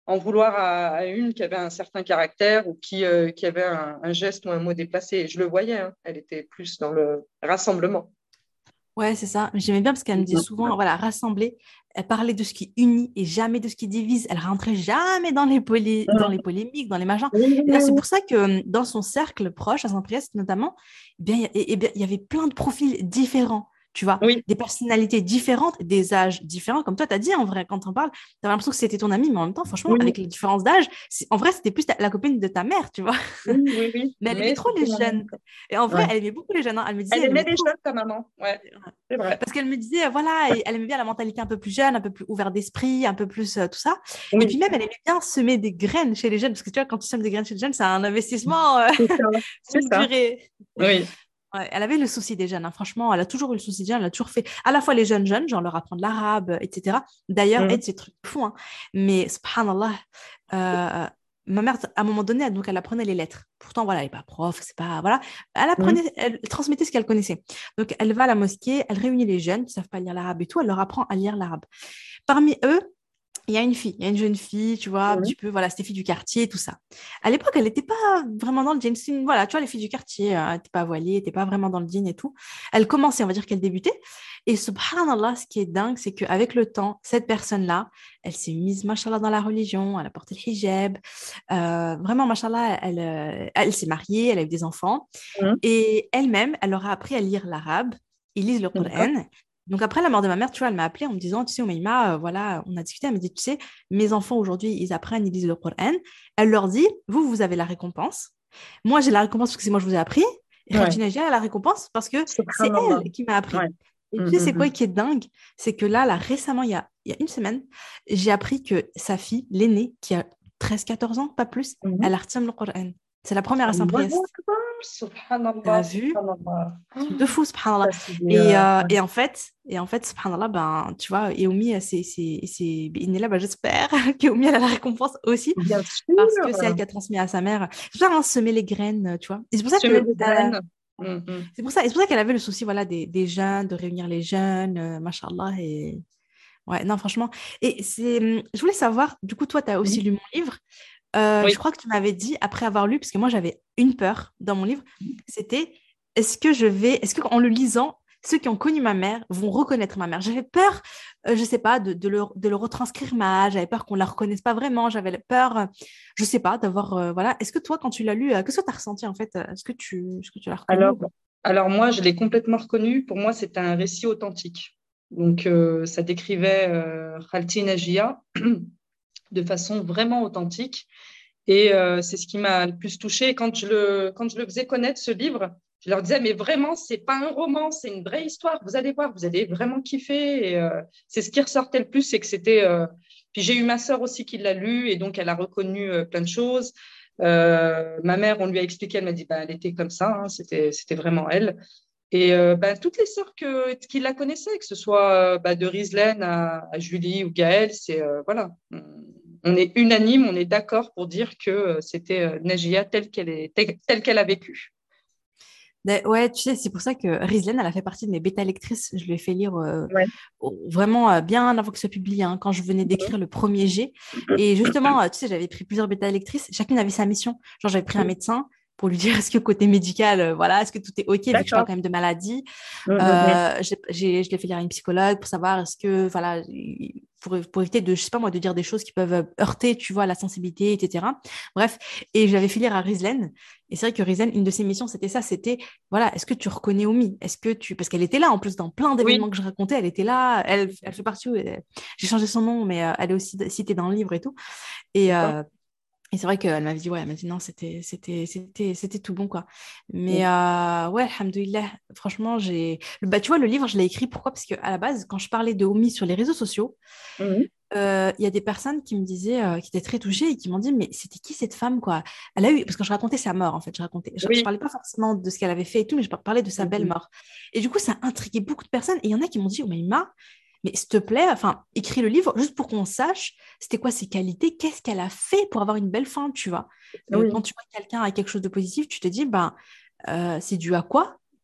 en vouloir à, à une qui avait un certain caractère ou qui, euh, qui avait un, un geste ou un mot déplacé. Et je le voyais, hein, elle était plus dans le rassemblement. Ouais, c'est ça. J'aimais bien parce qu'elle me disait souvent, voilà, rassembler. Elle parlait de ce qui unit et jamais de ce qui divise. Elle rentrait jamais dans les, polé- dans les polémiques, dans les machins. Oui, Et oui, là, c'est oui. pour ça que euh, dans son cercle proche, à Saint-Priest notamment, eh bien, il y a- eh bien, il y avait plein de profils différents, tu vois, Oui, des personnalités différentes, des âges différents. Comme toi, tu as dit, en vrai, quand on parle, tu avais l'impression que c'était ton ami, mais en même temps, franchement, oui, avec les différences d'âge, c'est- en vrai, c'était plus ta- la copine de ta mère, tu vois. oui, oui, oui. Mais elle aimait Mais trop c'était les mon ami. jeunes. Et en vrai, Ouais. elle aimait beaucoup les jeunes, hein. Elle me disait, Elle elle aimait aimait les trop. jeunes, ta maman. Ouais, c'est vrai. Parce qu'elle me disait, euh, voilà, et elle aimait bien la mentalité un peu plus jeune, un peu plus ouverte d'esprit, un peu plus euh, tout ça. Et puis Oui, même, elle aimait bien semer des graines chez les jeunes, parce que tu vois, quand tu sèmes des graines chez les jeunes, c'est un investissement euh, c'est ça. C'est longue ça. durée. Oui. Ouais, elle avait le souci des jeunes, hein. Franchement, elle a toujours eu le souci des jeunes, elle a toujours fait à la fois les jeunes jeunes, genre leur apprendre l'arabe, euh, et cetera. D'ailleurs, Mm. Aide, c'est trucs fou, hein. Mais subhanallah, euh, ma mère, à un moment donné, elle- donc elle apprenait les lettres. Pourtant, voilà, elle n'est pas prof, c'est pas, voilà. Elle Mm. apprenait, elle transmettait ce qu'elle connaissait. Donc, elle va à la mosquée, elle réunit les jeunes qui ne savent pas lire l'arabe et tout, elle leur apprend à lire l'arabe. Parmi eux, il y a une fille, il y a une jeune fille, tu vois, un Mm. petit peu, voilà, c'était fille du quartier, tout ça. À l'époque, elle n'était pas vraiment dans le jean. C'est une- Voilà, tu vois, les filles du quartier, euh, elle n'était pas voilée, elle n'était pas vraiment dans le jean et tout. Elle commençait, on va dire qu'elle débutait. Et subhanallah, ce qui est dingue, c'est qu'avec le temps, cette personne-là, elle s'est mise, machallah, dans la religion, elle a porté le hijab. Euh, vraiment, machallah, elle, euh, elle s'est mariée, elle a eu des enfants. Mm. Et elle-même, elle leur a appris à lire l'arabe. Ils lisent le D'accord. Coran. Donc après la mort de ma mère, tu vois, elle m'a appelée en me disant, tu sais, Oumaima, euh, voilà, on a discuté, elle m'a dit, tu sais, mes enfants aujourd'hui, ils apprennent, ils lisent le Coran. Elle leur dit, vous, vous avez la récompense. Moi, j'ai la récompense parce que c'est moi, je vous ai appris. Et Ouais. Khadija Najia a la récompense parce que c'est Subhanallah. elle qui m'a appris. Ouais. Et tu Mm, sais, mm, c'est quoi mm. qui est dingue? C'est que là, là, récemment, il y a, il y a une semaine, j'ai appris que sa fille, l'aînée, qui a treize quatorze ans, pas plus, Mhm. elle a retiré le Coran. C'est la première à Allahu Saint-Priest. Akbar. Subhanallah, T'as vu? subhanallah. Truc de fou, subhanallah. Ça, c'est des, Et, euh, euh, ouais. et en fait, et en fait, subhanallah, ben, tu vois, Eomi, c'est, c'est, c'est, là, ben, j'espère qu'Eomi, elle a la récompense aussi, Bien parce que c'est elle sûr. qui a transmis à sa mère. C'est pour ça, hein, semer les graines, tu vois. Et c'est pour ça Semer que, des euh, graines. Mhm. c'est pour ça, et c'est pour ça qu'elle avait le souci, voilà, des, des jeunes, de réunir les jeunes, euh, machallah, et ouais, non, franchement. Et c'est, hum, je voulais savoir, du coup, toi, tu as aussi Mhm. lu mon livre. Euh, je Oui. crois que tu m'avais dit, après avoir lu, parce que moi, j'avais une peur dans mon livre, c'était est-ce que je vais, est-ce qu'en le lisant, ceux qui ont connu ma mère vont reconnaître ma mère? J'avais peur, euh, je sais pas, de, de le, de le retranscrire mal, j'avais peur qu'on la reconnaisse pas vraiment, j'avais peur, euh, je sais pas, d'avoir, euh, voilà. Est-ce que toi, quand tu l'as lu, euh, qu'est-ce que tu as ressenti en fait? Est-ce que tu, est-ce que tu l'as reconnu Alors, ou pas? alors moi, je l'ai complètement reconnu. Pour moi, c'était un récit authentique. Donc, euh, ça décrivait euh, Khalti Najia de façon vraiment authentique. Et euh, c'est ce qui m'a le plus touchée. Quand je le, quand je le faisais connaître, ce livre, je leur disais, mais vraiment, c'est pas un roman, c'est une vraie histoire. Vous allez voir, vous allez vraiment kiffer. Et euh, c'est ce qui ressortait le plus, c'est que c'était... euh, Puis j'ai eu ma sœur aussi qui l'a lu, et donc elle a reconnu euh, plein de choses. Euh, ma mère, on lui a expliqué, elle m'a dit, bah, elle était comme ça, hein, c'était, c'était vraiment elle. Et euh, bah, toutes les sœurs que, qui la connaissaient, que ce soit euh, bah, de Rislaine à, à Julie ou Gaëlle, c'est euh, voilà, on, on est unanime, on est d'accord pour dire que euh, c'était euh, Najia telle qu'elle est, telle, telle qu'elle a vécu. Mais ouais, tu sais, c'est pour ça que Rizlen, elle a fait partie de mes bêta-lectrices. Je lui ai fait lire euh, Ouais. au- vraiment euh, bien avant que ce soit publié, hein, quand je venais d'écrire le premier G. Et justement, euh, tu sais, j'avais pris plusieurs bêta-lectrices. Chacune avait sa mission. Genre, j'avais pris un médecin pour lui dire est-ce que côté médical, euh, voilà, est-ce que tout est OK, vu que je parle D'accord. quand même de maladie. Mm, mm, mm. Euh, j'ai, j'ai- je l'ai fait lire à une psychologue pour savoir est-ce que, voilà, pour, pour éviter de, je sais pas moi, de dire des choses qui peuvent heurter, tu vois, la sensibilité, et cetera. Bref, et j'avais fait lire à Rizlen. Et c'est vrai que Rizlen, une de ses missions, c'était ça, c'était, voilà, est-ce que tu reconnais Omi? Est-ce que tu... Parce qu'elle était là, en plus, dans plein Oui, d'événements que je racontais, elle était là, elle, elle fait partie, euh, j'ai changé son nom, mais euh, elle est aussi citée dans le livre et tout. Et, d'accord. euh, et c'est vrai qu'elle m'avait dit, ouais, elle m'a dit non, c'était, c'était, c'était, c'était tout bon, quoi. Mais Mm, euh, ouais, alhamdoulilah, franchement, j'ai. Bah, tu vois, le livre, je l'ai écrit, pourquoi? Parce qu'à la base, quand je parlais de Omi sur les réseaux sociaux, mm, euh, il y a des personnes qui me disaient, euh, qui étaient très touchées et qui m'ont dit, mais c'était qui cette femme, quoi? Elle a eu, parce que je racontais sa mort, en fait, je racontais, je, je oui. parlais pas forcément de ce qu'elle avait fait et tout, mais je parlais de sa belle Mm, mort. Et du coup, ça a intrigué beaucoup de personnes et il y en a qui m'ont dit, oh, mais Ima, mais s'il te plaît, enfin, écris le livre juste pour qu'on sache c'était quoi ses qualités, qu'est-ce qu'elle a fait pour avoir une belle fin, tu vois. mm, Euh, oui. quand tu vois quelqu'un a quelque chose de positif, tu te dis, ben, euh, c'est dû à quoi?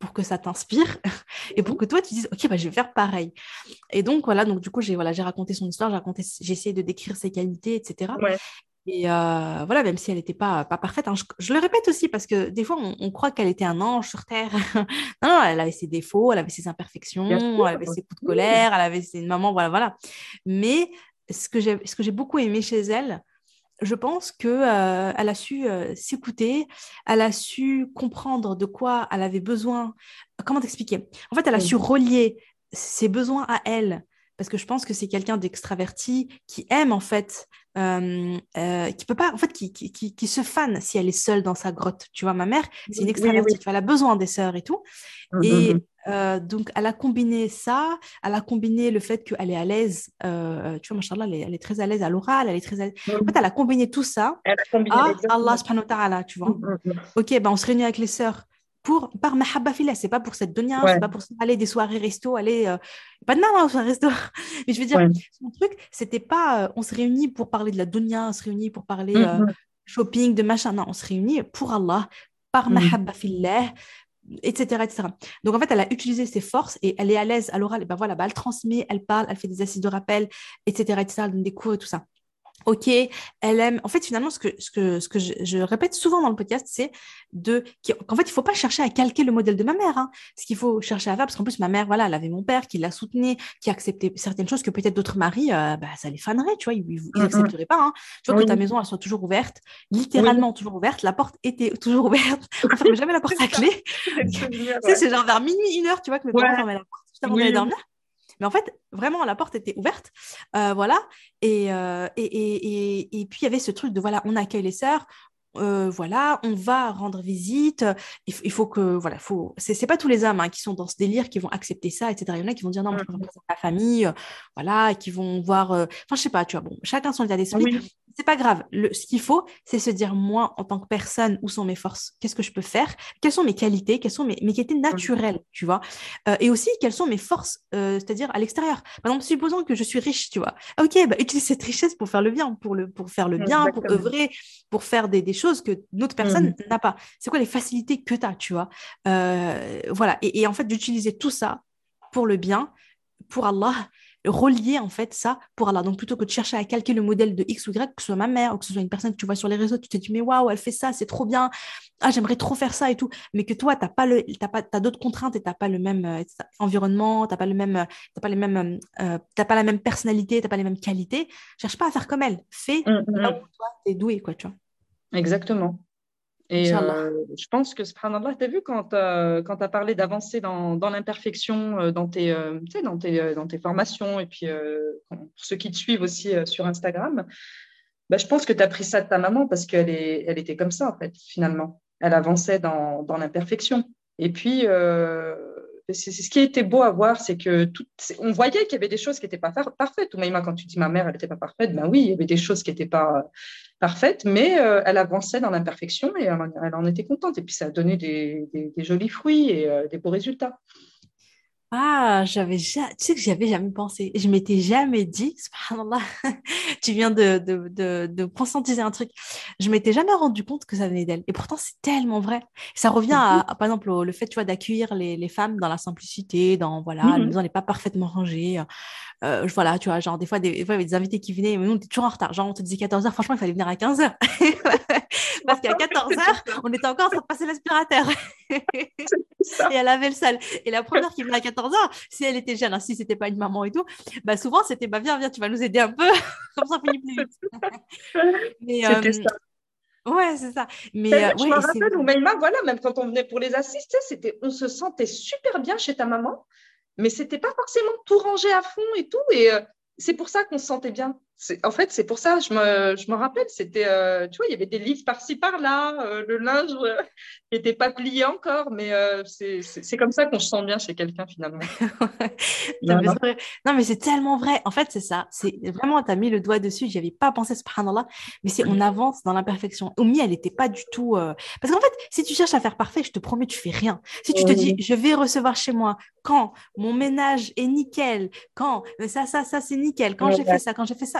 pour que ça t'inspire et pour que toi, tu dises, OK, bah, je vais faire pareil. Et donc, voilà, donc du coup, j'ai voilà, j'ai raconté son histoire, j'ai raconté, j'ai essayé de décrire ses qualités, et cetera. Ouais. Et euh, voilà, même si elle n'était pas, pas parfaite, hein, je, je le répète aussi parce que des fois, on, on croit qu'elle était un ange sur Terre. Non, non, elle avait ses défauts, elle avait ses Bien imperfections, elle sûr. avait ses coups de Oui. colère, elle avait ses mamans, voilà, voilà. Mais ce que j'ai, ce que j'ai beaucoup aimé chez elle, je pense que euh, elle a su euh, s'écouter, elle a su comprendre de quoi elle avait besoin. Comment t'expliquer? En fait, elle a Oui. su relier ses besoins à elle, parce que je pense que c'est quelqu'un d'extraverti qui aime en fait, euh, euh, qui peut pas, en fait, qui, qui, qui, qui se fane si elle est seule dans sa grotte. Tu vois, ma mère, c'est une Oui, oui. extravertie, tu vois, elle a besoin des sœurs et tout. Mm, mm, Et mm. euh, donc, elle a combiné ça, elle a combiné le fait qu'elle est à l'aise, euh, tu vois, machallah, elle est, elle est très à l'aise à l'oral, elle est très à l'aise. En fait, Mm. elle a combiné tout ça Elle a combiné à Allah exactement. subhanahu wa ta'ala, tu Mm, vois. mm, mm. Ok, ben on se réunit avec les sœurs pour, par mahabba fillah, c'est pas pour cette dunya, c'est Ouais, pas pour aller des soirées resto, aller, euh, pas de mal hein, aux soirées resto, mais je veux dire, ouais. son truc, c'était pas, euh, on se réunit pour parler de la dunya, on se réunit pour parler euh, Mm, shopping, de machin, non, on se réunit pour Allah, par mm, mm. mahabba fillah, et cetera, et cetera. Donc en fait, elle a utilisé ses forces et elle est à l'aise à l'oral, et ben voilà, ben, elle transmet, elle parle, elle fait des assises de rappel, et cetera, et cetera, elle donne des cours et tout ça. Ok, elle aime. En fait, finalement, ce que, ce que, ce que je, je répète souvent dans le podcast, c'est de qu'en fait, il ne faut pas chercher à calquer le modèle de ma mère. Hein. Ce qu'il faut chercher à faire, parce qu'en plus, ma mère, voilà, elle avait mon père qui la soutenait, qui acceptait certaines choses que peut-être d'autres maris, euh, bah, ça les fanerait, tu vois, ils Mm, mm. n'accepteraient pas. Hein. Tu vois, que Oui, ta maison, elle soit toujours ouverte, oui. littéralement toujours ouverte, la porte était toujours ouverte, on fermait jamais la porte C'est à ça. clé. C'est le Tu souvenir, sais, ouais. c'est genre vers minuit, une heure, tu vois, que mes parents Ouais, fermaient la porte juste avant d'aller oui, oui. dormir. Mais en fait, vraiment, la porte était ouverte. Euh, voilà. Et, euh, et, et, et, et puis, il y avait ce truc de, voilà, on accueille les sœurs. Euh, voilà, on va rendre visite. Il, il faut que, voilà, faut. C'est, c'est pas tous les hommes hein, qui sont dans ce délire qui vont accepter ça, et cetera. Il y en a qui vont dire non, moi, je préfère Mm, présenter la famille, euh, voilà, et qui vont voir. euh, Enfin, je sais pas, tu vois, bon, chacun son état mm. d'esprit. Oui. C'est pas grave. Le, ce qu'il faut, c'est se dire, moi, en tant que personne, où sont mes forces? Qu'est-ce que je peux faire? Quelles sont mes qualités? Quelles sont mes, mes qualités Mm, naturelles, tu vois? Euh, et aussi, quelles sont mes forces, euh, c'est-à-dire à l'extérieur. Par exemple, supposons que je suis riche, tu vois. Ok, bah, utilise cette richesse pour faire le bien, pour, le, pour faire le bien, pour exactement. œuvrer, pour faire des, des choses que notre personne Mm, n'a pas. C'est quoi les facilités que tu as, tu vois? Euh, voilà. Et, et en fait, d'utiliser tout ça pour le bien, pour Allah, relier en fait ça pour Allah. Donc plutôt que de chercher à calquer le modèle de X ou Y, que ce soit ma mère ou que ce soit une personne que tu vois sur les réseaux, tu te dis mais waouh, elle fait ça, c'est trop bien, ah j'aimerais trop faire ça et tout, mais que toi t'as pas le, t'as pas, t'as d'autres contraintes et t'as pas le même euh, environnement, t'as pas le même, euh, t'as pas les mêmes, euh, t'as pas la même personnalité, t'as pas les mêmes qualités. Cherche pas à faire comme elle, fais mm, là où mm. toi t'es doué quoi, tu vois. Exactement. Et Inch'Allah. euh, je pense que, subhanallah, tu as vu quand tu as parlé d'avancer dans, dans l'imperfection, euh, dans, tes, euh, tu sais, dans, tes, euh, dans tes formations, et puis euh, pour ceux qui te suivent aussi euh, sur Instagram, bah, je pense que tu as pris ça de ta maman parce qu'elle est, elle était comme ça, en fait, finalement. Elle avançait dans, dans l'imperfection. Et puis, euh, c'est c'est ce qui était beau à voir, c'est que tout, c'est- on voyait qu'il y avait des choses qui n'étaient pas par- parfaites. Ou Maïma, quand tu dis ma mère, elle n'était pas parfaite, ben oui, il y avait des choses qui n'étaient pas parfaites, mais euh, elle avançait dans l'imperfection et elle, en elle en était contente. Et puis, ça a donné des, des- des jolis fruits et euh, des beaux résultats. Ah, j'avais ja- tu sais que j'y avais jamais pensé. Je m'étais jamais dit, subhanallah, tu viens de, de, de, de conscientiser un truc. Je m'étais jamais rendu compte que ça venait d'elle. Et pourtant, c'est tellement vrai. Ça revient à, à, par exemple, au- le fait, tu vois, d'accueillir les, les femmes dans la simplicité, dans, voilà, la Mhm. maison n'est pas parfaitement rangée. Euh, je- voilà, tu vois, genre, des fois, des, des fois, il y avait des invités qui venaient, mais nous, on était toujours en retard. Genre, on te disait quatorze heures, franchement, il fallait venir à quinze heures. Parce qu'à quatorze C'était heures, ça. on était encore en train de passer l'aspirateur. C'était Et ça. elle avait le sale. Et la première qui venait à quatorze heures, si elle était jeune, hein, si c'était pas une maman et tout, bah souvent c'était bah viens, viens, tu vas nous aider un peu, comme ça on finit plus vite. Mais C'était euh, ça. ouais, c'est ça. Mais D'ailleurs, euh, je me ouais, et c'est rappelle, ou Maïma, voilà, même quand on venait pour les assister, c'était, on se sentait super bien chez ta maman, mais c'était pas forcément tout rangé à fond et tout. Et euh, c'est pour ça qu'on se sentait bien. C'est, en fait, c'est pour ça, je me, je me rappelle, c'était, euh, tu vois, il y avait des livres par-ci, par-là, euh, le linge euh, n'était pas plié encore, mais euh, c'est, c'est, c'est comme ça qu'on se sent bien chez quelqu'un finalement. Ça fait Voilà. sourire. Non, mais c'est tellement vrai. En fait, c'est ça. C'est vraiment, tu as mis le doigt dessus. J'y avais pas pensé, subhanallah. Mais c'est on avance dans l'imperfection. Oumi, elle n'était pas du tout. euh, Parce qu'en fait, si tu cherches à faire parfait, je te promets, tu fais rien. Si tu te dis, Oui, je vais recevoir chez moi quand mon ménage est nickel, quand euh, ça, ça, ça, c'est nickel, quand oui, j'ai fait ça, quand j'ai fait ça.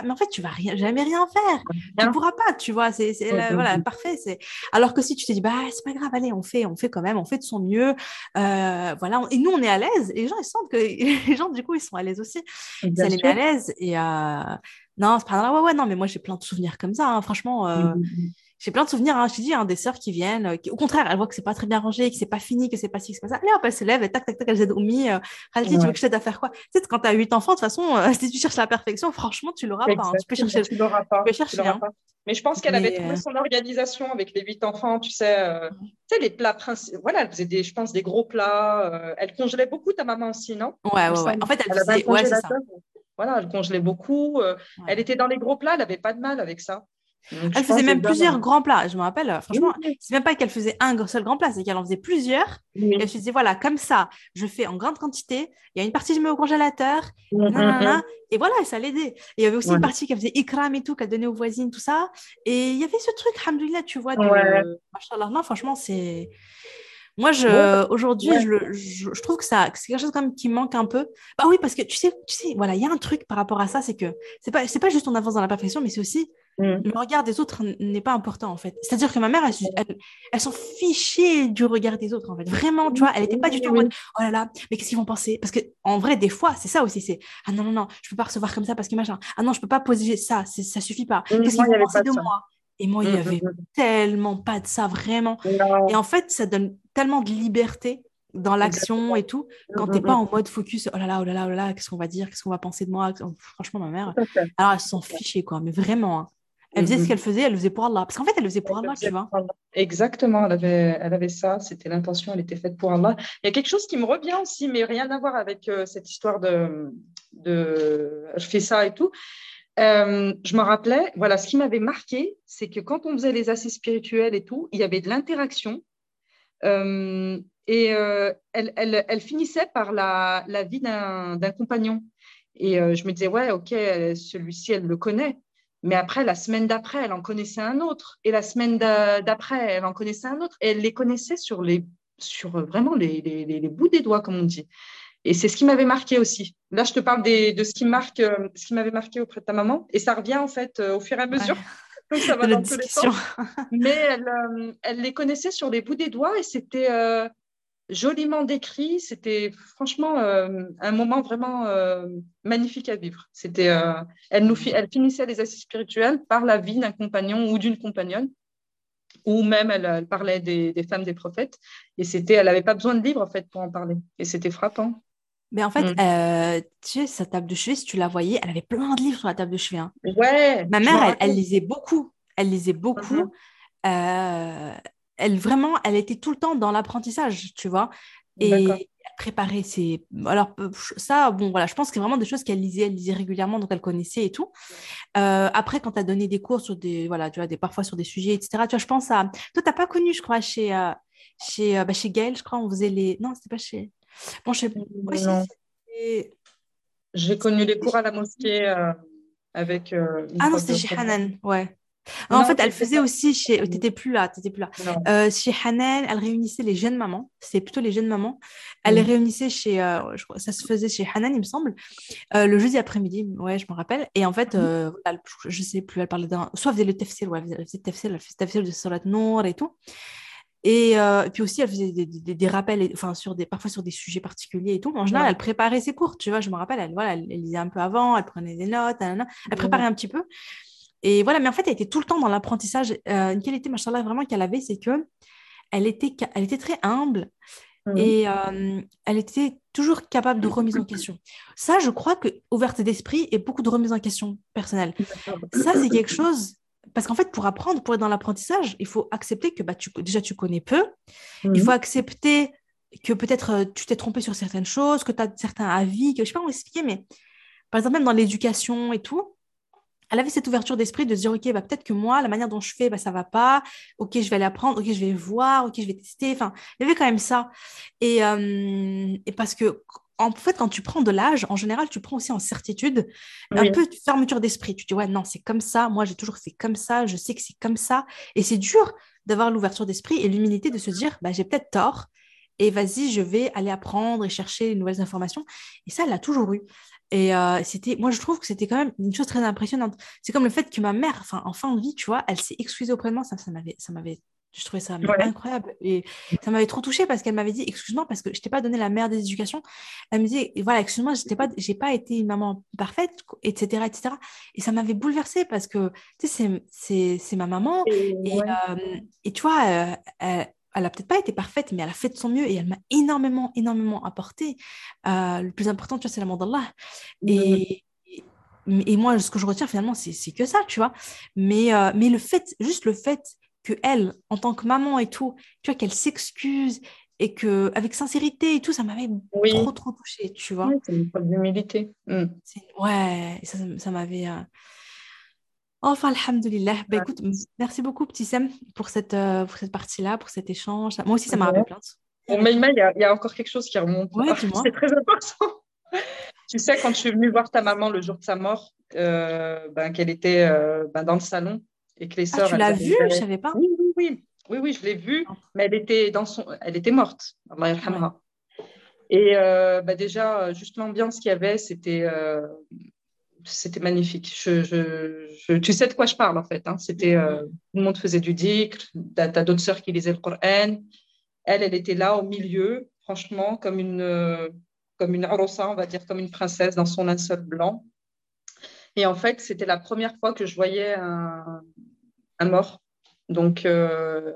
Mais en fait, tu vas rien, jamais rien faire. Tu Bien. pourras pas, tu vois. C'est, c'est la- voilà, parfait. C'est... Alors que si tu te dis, bah, c'est pas grave, allez, on fait, on fait quand même, on fait de son mieux. Euh, voilà. Et nous, on est à l'aise. Et les gens, ils sentent que les gens, du coup, ils sont à l'aise aussi. Ça Bien les met à sûr. l'aise. Et euh... non, c'est pas grave. Ouais, ouais, non, mais moi, j'ai plein de souvenirs comme ça, hein. Franchement, euh, Mhm. j'ai plein de souvenirs, hein. Je te dis, hein, des sœurs qui viennent, euh, qui, au contraire, elles voient que c'est pas très bien rangé, que c'est pas fini, que c'est pas ci, que c'est pas ça. Allez, hop, elles se lèvent et tac, tac, tac, elles aident Oumi. Euh, Khalti, tu veux Ouais. que je t'aide à faire quoi? Tu sais, quand tu as huit enfants, de toute façon, euh, si tu cherches la perfection, franchement, tu l'auras pas, hein. Tu peux Exactement, chercher, tu l'auras tu pas, peux tu chercher, l'auras hein. pas. Mais je pense qu'elle avait Mais trouvé euh, son organisation avec les huit enfants, tu sais, euh, tu sais, les plats principaux. Voilà, elle faisait des, je pense, des gros plats. Euh, elle congelait beaucoup, ta maman aussi, non? ouais, Il me ouais, ouais. semble. En fait, elle Elle avait un faisait, ouais, c'est ça. congélateur. Voilà, elle congelait beaucoup. Euh, elle Ouais. était dans les gros plats, elle n'avait pas de mal avec ça. Donc, Elle je faisait pense même déjà. plusieurs grands plats. Je me rappelle, euh, Oui, franchement, c'est même pas qu'elle faisait un seul grand plat, c'est qu'elle en faisait plusieurs. Et elle oui. se disait, voilà, comme ça, je fais en grande quantité. Il y a une partie, je mets au congélateur. Hum, hum, Nanana, hum. et voilà, ça l'aidait. Et il y avait aussi une Ouais. partie qu'elle faisait ikram et tout, qu'elle donnait aux voisines, tout ça. Et il y avait ce truc, alhamdoulilah, tu vois, Ouais. de. Machallah, non, franchement, c'est. Moi, Ouais. je, aujourd'hui, Ouais. je, le- je, je trouve que, ça, que c'est quelque chose quand même qui manque un peu. Bah oui, parce que tu sais, tu sais, voilà, il y a un truc par rapport à ça, c'est que c'est pas, c'est pas juste on avance dans la perfection, mais c'est aussi Hum. le regard des autres n- n'est pas important en fait. C'est-à-dire que ma mère, elle, se- elle, elle s'en fichait du regard des autres en fait. Vraiment, tu Oui, vois, elle n'était pas du oui, tout en mode oui. oh là là, mais qu'est-ce qu'ils vont penser? Parce que en vrai, des fois, c'est ça aussi, c'est ah non, non, non, je peux pas recevoir comme ça parce que machin. Ah non, je peux pas poser ça, c'est- ça suffit pas. Hum, Qu'est-ce Moi, qu'ils il n'y vont avait penser pas de de ça. moi? Et moi, il y Hum, hum, avait hum. tellement pas de ça, vraiment. Et Non, en fait, ça donne tellement de liberté dans l'action exactement. et tout, Hum, quand t'es hum, pas hum. en mode focus, oh là là, oh là là, oh là là, qu'est-ce qu'on va dire, qu'est-ce qu'on va penser de moi. Franchement, ma mère, Tout à fait. alors elle s'en fichait, quoi, mais vraiment, hein. Elle Hum, faisait ce qu'elle hum. faisait, elle le faisait pour Allah. Parce qu'en fait, elle le faisait pour Elle le Allah, faisait tu vois. pour Allah. Exactement, elle avait, elle avait ça, c'était l'intention, elle était faite pour Allah. Il y a quelque chose qui me revient aussi, mais rien à voir avec euh, cette histoire de, de je fais ça et tout. Euh, je me rappelais, voilà, ce qui m'avait marqué, c'est que quand on faisait les assises spirituelles et tout, il y avait de l'interaction. Euh, et euh, elle, elle, elle finissait par la, la vie d'un d'un compagnon. Et euh, je me disais, ouais, ok, celui-ci, elle le connaît. Mais après, la semaine d'après, elle en connaissait un autre. Et la semaine d'a- d'après, elle en connaissait un autre. Et elle les connaissait sur, les, sur euh, vraiment les, les, les- les bouts des doigts, comme on dit. Et c'est ce qui m'avait marqué aussi. Là, je te parle des, de ce qui marque, euh, ce qui m'avait marqué auprès de ta maman. Et ça revient, en fait, euh, au fur et à Ouais, mesure. Donc, ça de va notre dans tous les discussion. sens. Mais elle, euh, elle les connaissait sur les bouts des doigts et c'était euh, joliment décrit. C'était franchement euh, un moment vraiment euh, magnifique à vivre. C'était, euh, elle, nous fi- elle finissait les assises spirituelles par la vie d'un compagnon ou d'une compagnonne, ou même elle, elle parlait des, des femmes des prophètes. Et c'était, elle n'avait pas besoin de livres en fait pour en parler. Et c'était frappant. Mais en fait, Mm. euh, tu sais, sa table de chevet, si tu la voyais, elle avait plein de livres sur la table de chevet, hein. Ouais, Ma je me mère, elle, elle rappelle. lisait beaucoup. Elle lisait beaucoup. Mhm. Euh, elle vraiment, elle était tout le temps dans l'apprentissage, tu vois. D'accord. Et elle préparait ses. Alors, euh, ça, bon, voilà, je pense que c'est vraiment des choses qu'elle lisait, elle lisait régulièrement, donc elle connaissait et tout. Euh, après, quand tu as donné des cours sur des, voilà, tu vois, des, parfois sur des sujets, et cetera, tu vois, je pense à. Toi, tu n'as pas connu, je crois, chez, euh, chez, euh, bah, chez Gaël, je crois, on faisait les. Non, c'était pas chez. Bon, je sais. Ouais, si, Non, c'était. j'ai connu les cours à la mosquée euh, avec euh, une Ah non, prof c'était de chez français. Hanan, ouais. En Non, fait, tu elle étais faisait pas. aussi chez. T'étais plus là, t'étais plus là. Non. Euh, chez Hanan, elle réunissait les jeunes mamans. C'est plutôt les jeunes mamans. Elle les Mm. réunissait chez. Euh, je crois, ça se faisait chez Hanan, il me semble. Euh, le jeudi après-midi, ouais, je me rappelle. Et en fait, euh, elle- je sais plus, elle parlait d'un. Soit elle faisait le tafsir, ouais, elle faisait, elle faisait le tafsir, elle faisait le tafsir de Surat Nour et tout. Et, euh, puis aussi, elle faisait des, des- des rappels, et- enfin, sur des, parfois sur des sujets particuliers et tout. En général, Ouais. elle préparait ses cours, tu vois. Je me rappelle, elle, voilà, elle, elle lisait un peu avant, elle prenait des notes, nanana, elle préparait Mm. un petit peu. Et voilà, mais en fait, elle était tout le temps dans l'apprentissage. Euh, une qualité, machallah, vraiment qu'elle avait, c'est que elle était, ca- elle était très humble Mm. et euh, elle était toujours capable de remise en question. Ça, je crois que ouverte d'esprit et beaucoup de remise en question personnelle. D'accord. Ça, c'est quelque chose. Parce qu'en fait, pour apprendre, pour être dans l'apprentissage, il faut accepter que bah, tu, déjà tu connais peu. Il faut Mm. accepter que peut-être euh, tu t'es trompé sur certaines choses, que tu as certains avis, que je ne sais pas comment expliquer, mais par exemple, même dans l'éducation et tout, elle avait cette ouverture d'esprit de se dire, OK, bah, peut-être que moi, la manière dont je fais, bah, ça va pas. OK, je vais aller apprendre. OK, je vais voir. OK, je vais tester. Enfin, il y avait quand même ça. Et, euh, et parce que, en fait, quand tu prends de l'âge, en général, tu prends aussi en certitude un Oui. peu de fermeture d'esprit. Tu dis, ouais, non, c'est comme ça. Moi, j'ai toujours fait comme ça. Je sais que c'est comme ça. Et c'est dur d'avoir l'ouverture d'esprit et l'humilité de se dire, bah, j'ai peut-être tort. et vas-y, je vais aller apprendre et chercher les nouvelles informations. Et ça, elle l'a toujours eu. Et euh, c'était, moi, je trouve que c'était quand même une chose très impressionnante. C'est comme le fait que ma mère, enfin, en fin de vie, tu vois, elle s'est excusée auprès de moi. Ça, ça m'avait, ça m'avait, je trouvais ça mais Ouais. incroyable. Et ça m'avait trop touchée parce qu'elle m'avait dit, excuse-moi, parce que je t'ai pas donné la meilleure des éducations. Elle me disait, voilà, excuse-moi, je t'ai pas, j'ai pas été une maman parfaite, et cetera, et cetera. Et ça m'avait bouleversée parce que, tu sais, c'est, c'est, c'est ma maman. Et, Et, ouais. euh, et tu vois, euh, elle, elle a peut-être pas été parfaite, mais elle a fait de son mieux et elle m'a énormément, énormément apporté. Euh, le plus important, tu vois, c'est l'amour d'Allah. Mhm. Et, et, et moi, ce que je retiens finalement, c'est, c'est que ça, tu vois. Mais, euh, mais le fait, juste le fait que elle, en tant que maman et tout, tu vois, qu'elle s'excuse et que avec sincérité et tout, ça m'avait trop, Oui, trop touchée, tu oui, vois. c'est une preuve d'humilité. Mm. C'est- Ouais, ça, ça, ça m'avait... euh, Enfin, alhamdoulilah. Bah, écoute, m- merci beaucoup, petit Sam, pour cette, euh, pour cette partie-là, pour cet échange. Moi aussi, ça m'a Ouais. rappelé plein de Bon, souvenirs et Maïma, tout. il y a, il y a encore quelque chose qui remonte. Ouais, C'est dis-moi. très important. Tu sais, quand je suis venue voir ta maman le jour de sa mort, euh, ben, qu'elle était euh, ben, dans le salon et que les Ah, sœurs, tu elles l'as vu? Je arrivaient. savais pas. Oui, oui, oui, oui, oui, je l'ai vue, mais elle était dans son, elle était morte. Allah Ouais. yarhamha. Et euh, ben, déjà, juste l'ambiance qu'il y avait, c'était, euh, c'était magnifique. Je, je, je- tu sais de quoi je parle en fait. Hein. C'était, euh, Mhm. tout le monde faisait du dhikr. T'as, t'as d'autres sœurs qui lisaient le Coran. Elle, elle était là au milieu, franchement, comme une, euh, comme une arossa, on va dire, comme une princesse dans son linceul blanc. Et en fait, c'était la première fois que je voyais un, un mort. Donc, euh,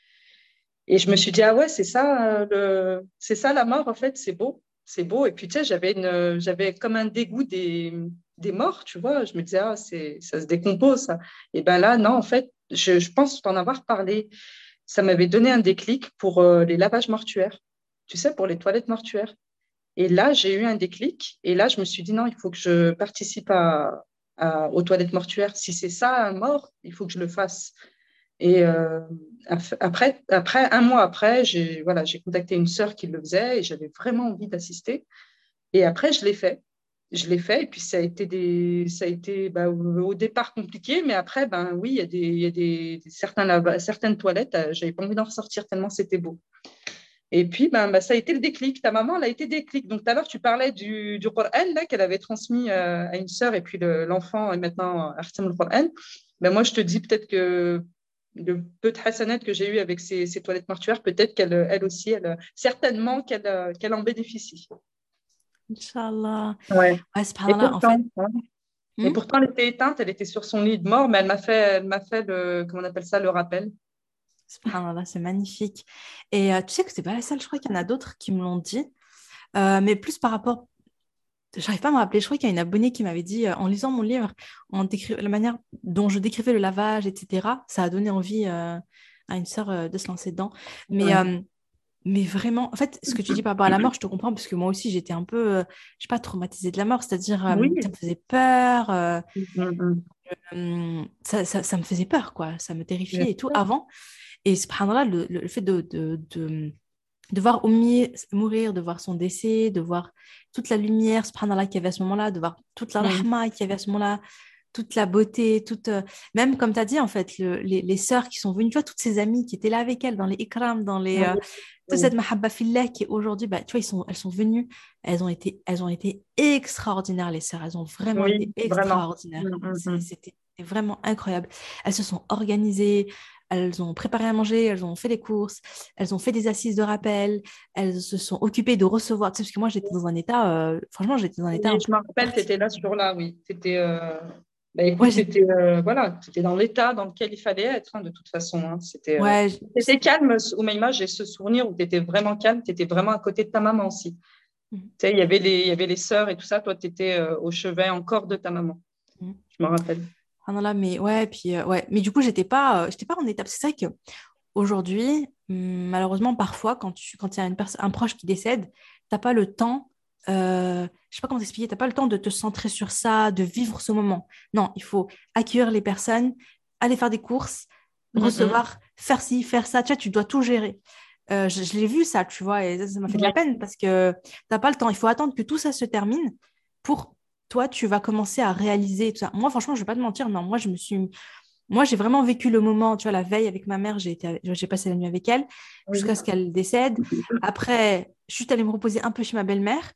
et je me suis dit, ah ouais, c'est ça, euh, le, c'est ça la mort, en fait, c'est beau. C'est beau. Et puis, tu sais, j'avais, une, j'avais comme un dégoût des, des morts, tu vois. Je me disais, ah, c'est, ça se décompose, ça. Et ben là, non, en fait, je, je pense t'en avoir parlé. Ça m'avait donné un déclic pour euh, les lavages mortuaires, tu sais, pour les toilettes mortuaires. Et là, j'ai eu un déclic. Et là, je me suis dit, non, il faut que je participe à, à- aux toilettes mortuaires. Si c'est ça, un mort, il faut que je le fasse. Et euh, après, après, un mois après, j'ai voilà, j'ai contacté une sœur qui le faisait et j'avais vraiment envie d'assister. Et après, je l'ai fait. Je l'ai fait. Et puis, ça a été, des, ça a été bah, au au départ compliqué. Mais après, ben, oui, il y a des, il y a des, des- certains, lava- certaines toilettes, euh, j'avais pas envie d'en ressortir tellement c'était beau. Et puis, ben, ben, ça a été le déclic. Ta maman, elle a été déclic. Donc, tout à l'heure, tu parlais du, du Coran là, qu'elle avait transmis euh, à une sœur et puis le- l'enfant est maintenant Artem le Coran. Ben, moi, je te dis peut-être que le peu de hasanat que j'ai eu avec ces, ces toilettes mortuaires, peut-être qu'elle elle aussi, elle, certainement qu'elle euh, qu'elle en bénéficie. Inch'Allah. Ouais. Ouais, Et subhanallah, en pourtant, fait. ouais. Et Hmm. pourtant, elle était éteinte, elle était sur son lit de mort, mais elle m'a fait, elle m'a fait le, comment on appelle ça, le rappel. Subhanallah, c'est magnifique. Et euh, tu sais que c'est pas la seule, je crois qu'il y en a d'autres qui me l'ont dit. Euh, mais plus par rapport, j'arrive pas à me rappeler, je crois qu'il y a une abonnée qui m'avait dit, euh, en lisant mon livre, en décri- la manière dont je décrivais le lavage, et cetera, ça a donné envie euh, à une sœur euh, de se lancer dedans. Mais, Ouais. euh, mais vraiment, en fait, ce que tu dis par rapport à la mort, je te comprends, parce que moi aussi, j'étais un peu, euh, je sais pas, traumatisée de la mort, c'est-à-dire, euh, Oui. ça me faisait peur, euh, Mm, hum, ça, ça, ça me faisait peur, quoi, ça me bien terrifiait et tout sûr. avant. Et subhanallah, le, le, le fait de, de, de, de voir Oumi mourir, de voir son décès, de voir toute la lumière, subhanallah, qu'il y avait à ce moment-là, de voir toute la Mm. rahma qu'il y avait à ce moment-là, toute la beauté, toute, euh, même comme tu as dit, en fait, le- les, les sœurs qui sont venues, tu vois, toutes ces amies qui étaient là avec elle dans les ikram, dans les, Oui, euh, toute cette oui. mahabba fillah qui aujourd'hui, bah, tu vois, ils sont, elles sont venues, elles ont été, elles ont été extraordinaires, les sœurs, elles ont vraiment été Oui, vraiment. extraordinaires. Mm, mm, C'est- mm. C'était vraiment incroyable. Elles se sont organisées, elles ont préparé à manger, elles ont fait les courses, elles ont fait des assises de rappel, elles se sont occupées de recevoir. Tu sais, parce que moi, j'étais dans un état, euh, franchement, j'étais dans un état Oui, un peu je me rappelle, tu étais là ce particulier. jour-là, oui. T'étais, euh, bah, Ouais, écoute, tu j'ai- étais, voilà, t'étais dans l'état dans lequel il fallait être, hein, de toute façon. Hein. C'était, euh, ouais, t'étais j'- calme, Oumaima, j'ai ce souvenir où tu étais vraiment calme, tu étais vraiment à côté de ta maman aussi. Mhm. Tu sais, il y avait les, il y avait les sœurs et tout ça, toi, tu étais au chevet encore de ta maman, Mhm. je me rappelle. Ah non, là, mais ouais, puis euh, ouais, mais du coup, j'étais pas, euh, j'étais pas en étape. C'est vrai que aujourd'hui, hum, malheureusement, parfois, quand tu, quand il y a une perso- un proche qui décède, t'as pas le temps, euh, je sais pas comment t'expliquer, t'as pas le temps de te centrer sur ça, de vivre ce moment. Non, il faut accueillir les personnes, aller faire des courses, Mm, mm. recevoir, faire ci, faire ça. Tu vois, tu dois tout gérer. Euh, je je l'ai vu ça, tu vois, et ça ça m'a fait de la Oui, peine parce que t'as pas le temps. Il faut attendre que tout ça se termine pour toi, tu vas commencer à réaliser tout ça. Moi, franchement, je vais pas te mentir, non, moi, je me suis moi, j'ai vraiment vécu le moment, tu vois, la veille avec ma mère, j'ai été, j'ai passé la nuit avec elle Oui. jusqu'à ce qu'elle décède. Après, je suis allée me reposer un peu chez ma belle-mère.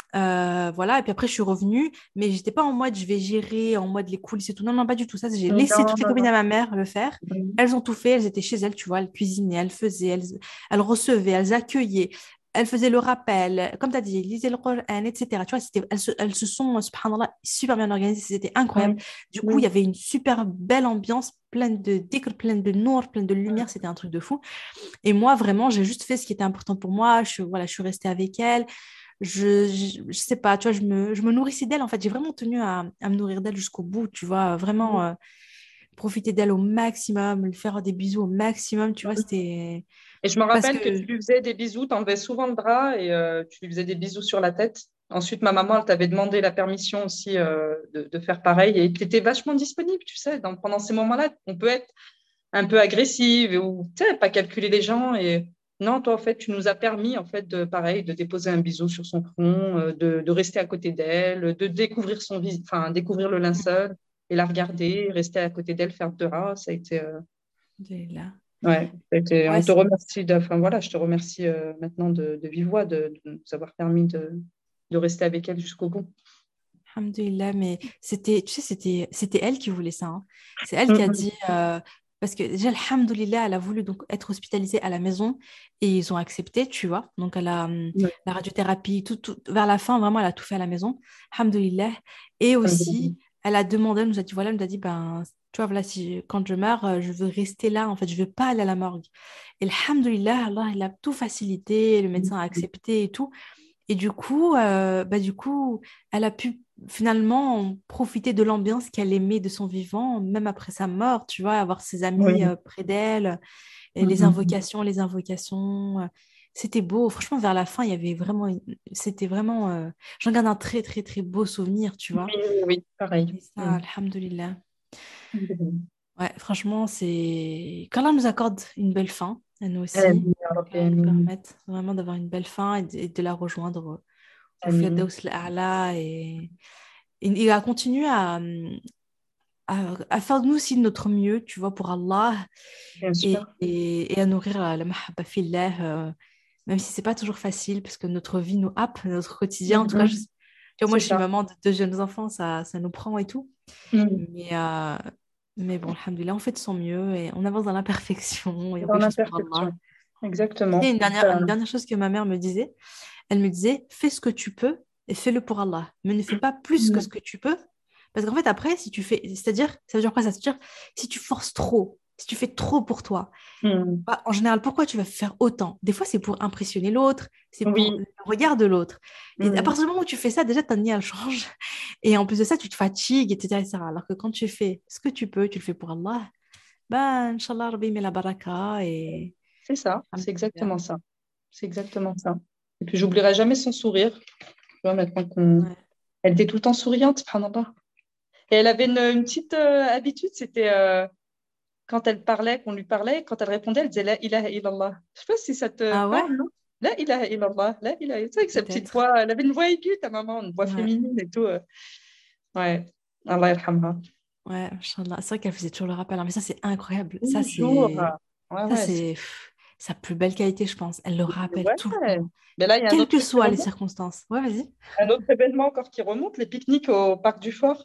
Euh, voilà, et puis après, je suis revenue, mais j'étais pas en mode je vais gérer, en mode les coulisses et tout. Non, non, pas du tout. Ça, j'ai Non, laissé toutes les non, copines non. à ma mère le faire. Oui. Elles ont tout fait, elles étaient chez elles, tu vois, elles cuisinaient, elles faisaient, elles, elles recevaient, elles accueillaient, elles faisaient le rappel, comme tu as dit, lisaient le Coran, et cetera. Tu vois, c'était, elles, se, elles se sont, subhanallah, super bien organisées, c'était incroyable. Oui. Du coup, il y Oui. avait une super belle ambiance, pleine de dhikr, pleine de nour, pleine de lumière, c'était un truc de fou. Et moi, vraiment, j'ai juste fait ce qui était important pour moi. Je, voilà, je suis restée avec elle. Je, je, je sais pas, tu vois, je me, je me nourrissais d'elle. En fait, j'ai vraiment tenu à, à me nourrir d'elle jusqu'au bout, tu vois, vraiment euh, profiter d'elle au maximum, lui faire des bisous au maximum, tu vois, c'était Et je me parce rappelle que tu que lui faisais des bisous, tu enlevais souvent le drap et euh, tu lui faisais des bisous sur la tête. Ensuite, ma maman, elle t'avait demandé la permission aussi euh, de, de faire pareil et tu étais vachement disponible, tu sais. Donc, pendant ces moments-là, on peut être un peu agressive ou tu sais, pas calculer les gens. Et non, toi, en fait, tu nous as permis, en fait, de pareil, de déposer un bisou sur son front, euh, de, de rester à côté d'elle, de découvrir son vis- enfin, découvrir le linceul et la regarder, rester à côté d'elle, faire de drap. Ça a été, euh, de là. ouais, ça a été- Ouais, on te c'est- remercie. De, enfin, voilà, je te remercie euh, maintenant de, de vive voix de, de nous avoir permis de, de rester avec elle jusqu'au bout. Alhamdoulilah, mais c'était, tu sais, c'était, c'était elle qui voulait ça, hein. C'est elle qui a Mhm. dit, euh, parce que déjà, Alhamdoulilah, elle a voulu donc être hospitalisée à la maison et ils ont accepté, tu vois. Donc, elle a hum, Ouais. la radiothérapie, tout, tout, vers la fin, vraiment, elle a tout fait à la maison. Alhamdoulilah. Et aussi, elle a demandé, elle nous a dit, voilà, elle nous a dit, ben, tu vois, voilà, si, quand je meurs, euh, je veux rester là, en fait, je veux pas aller à la morgue. Et Alhamdoulilah, Allah, il a tout facilité, le médecin a accepté et tout. Et du coup, euh, bah, du coup, elle a pu finalement profiter de l'ambiance qu'elle aimait de son vivant, même après sa mort, tu vois, avoir ses amis Oui. euh, près d'elle, et les Mhm. invocations, les invocations. euh, C'était beau. Franchement, vers la fin, il y avait vraiment, une- c'était vraiment, euh, j'en garde un très, très, très beau souvenir, tu Oui, vois. oui, oui, pareil. Et ça, Mhm. alhamdoulilah. Ouais, franchement, c'est... Qu'Allah nous accorde une belle fin, à nous aussi. آمين يا رب Qu'Allah nous آمين permette vraiment d'avoir une belle fin et de, et de la rejoindre au آمين Firdaus al-A'la et, et, et à continuer à, à, à faire nous aussi de notre mieux, tu vois, pour Allah bien et, sûr. et, et à nourrir la, la mahabba fillah, euh, même si c'est pas toujours facile parce que notre vie nous happe, notre quotidien. En tout cas, je, tu Mhm. vois, moi, C'est je suis ça. maman de deux jeunes enfants, ça, ça nous prend et tout. Mhm. Mais, euh, mais bon, alhamdoulilah, on fait de son mieux et on avance dans l'imperfection et on Dans fait les choses pour l'imperfection. Allah. Et Exactement. une dernière, Ça- une dernière chose que ma mère me disait, elle me disait, fais ce que tu peux et fais-le pour Allah, mais ne fais pas plus que ce Mhm. que tu peux. Parce qu'en fait, après, si tu fais, c'est-à-dire, ça veut dire quoi ça? C'est-à-dire, si tu forces trop, si tu fais trop pour toi, Mhm. bah, en général, pourquoi tu vas faire autant? Des fois, c'est pour impressionner l'autre, c'est pour Oui. le regard de l'autre. Et à Mhm. partir du moment où tu fais ça, déjà, ta vie, elle change. Et en plus de ça, tu te fatigues, et cetera, et cetera. Alors que quand tu fais ce que tu peux, tu le fais pour Allah, ben, Inch'Allah, Rabbi met la baraka et... C'est ça. C'est Alhamdulillah. exactement ça. C'est exactement ça. Et puis, j'oublierai jamais son sourire. Tu vois, maintenant qu'on... Ouais. Elle était tout le temps souriante, subhanallah. Et elle avait une, une petite euh, habitude, c'était euh, quand elle parlait, qu'on lui parlait, quand elle répondait, elle disait La ilaha illallah. Je sais pas si ça te Ah ouais? parle, non? La ilaha illallah, la ilaha. Tu sais, avec sa petite Peut-être. voix, elle avait une voix aiguë, ta maman, une voix Ouais, féminine et tout. euh. Ouais, Allah yarhamha. ouais, Inch'Allah. C'est vrai qu'elle faisait toujours le rappel, hein, mais ça, c'est incroyable. Ça, Toujours. c'est... Ouais, Ça, ouais. c'est- c'est pff, sa plus belle qualité, je pense. Elle le rappelle Ouais. tout le temps, Mais là, il y a un quelles autre que truc qui soient les remonte. circonstances. Ouais, vas-y. Un autre événement encore qui remonte, les pique-niques au Parc du Fort.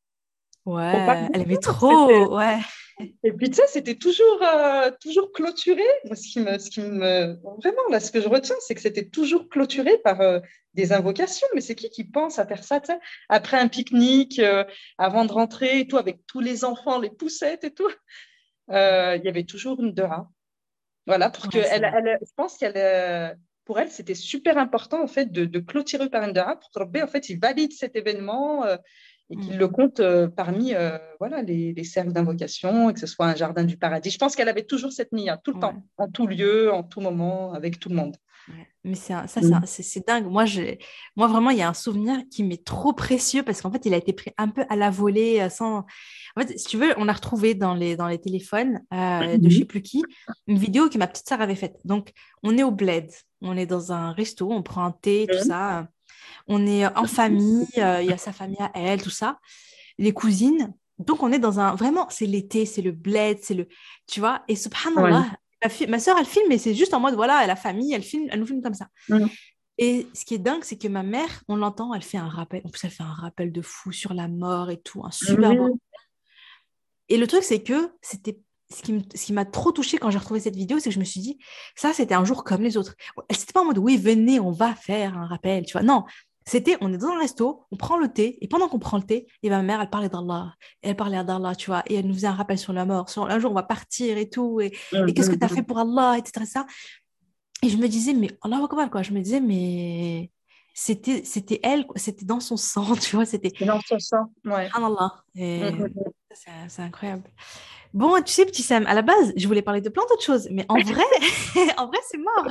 Au Parc Ouais, du elle aimait Fort, c'était... trop. Ouais. Et puis, tu sais, c'était toujours, euh, toujours clôturé. Moi, ce qui me, ce qui me... Vraiment, là, ce que je retiens, c'est que c'était toujours clôturé par euh, des invocations. Mais c'est qui qui pense à faire ça, tu sais, après un pique-nique, euh, avant de rentrer et tout, avec tous les enfants, les poussettes et tout. Euh, il y avait toujours une dora. Voilà, pour que Ouais, c'est elle, vrai. elle, je pense qu'elle, euh, pour elle, c'était super important en fait de, de clôturer par une dara pour que Rabbi, en fait, il valide cet événement euh, et qu'il Mm. le compte euh, parmi euh, voilà les, les cercles d'invocation et que ce soit un jardin du paradis. Je pense qu'elle avait toujours cette nia tout le temps, Ouais. en tout lieu, en tout moment, avec tout le monde. Ouais. Mais c'est un- ça, c'est un- Mm. c'est c'est dingue. Moi, j'ai, moi, vraiment, il y a un souvenir qui m'est trop précieux parce qu'en fait, il a été pris un peu à la volée, euh, sans. En fait, si tu veux, on a retrouvé dans les, dans les téléphones euh, de je sais Mhm. plus qui une vidéo que ma petite sœur avait faite. Donc, on est au bled, on est dans un resto, on prend un thé, tout ça. On est en famille, euh, il y a sa famille à elle, tout ça, les cousines. Donc, on est dans un... Vraiment, c'est l'été, c'est le bled, c'est le... Tu vois, et Ouais. subhanallah, ma, fi- ma soeur, elle filme, mais c'est juste en mode, voilà, la famille, elle filme, elle nous filme comme ça. Mm. Et ce qui est dingue, c'est que ma mère, on l'entend, elle fait un rappel. En plus, elle fait un rappel de fou sur la mort et tout, un super beau. Oui. Et le truc, c'est que c'était ce qui me- ce qui m'a trop touchée quand j'ai retrouvé cette vidéo, c'est que je me suis dit, ça, c'était un jour comme les autres. Elle c'était pas en mode, oui, venez, on va faire un rappel, tu vois. Non, c'était, on est dans un resto, on prend le thé, et pendant qu'on prend le thé, et ma mère, elle parlait d'Allah, et elle parlait d'Allah, tu vois, et elle nous faisait un rappel sur la mort, sur un jour, on va partir et tout, et, Mm, et qu'est-ce que mm, tu as fait mm. pour Allah, et cetera ça. Et je me disais, mais Allah Akbar, quoi. Je me disais, mais c'était, c'était elle, quoi. C'était dans son sang, tu vois. C'était, C'est dans ce sens. Ouais. subhanallah. Mm, Et mm, mm. c'est c'est incroyable. Bon, tu sais, petit Sam, à la base, je voulais parler de plein d'autres choses, mais en vrai, en vrai, c'est mort.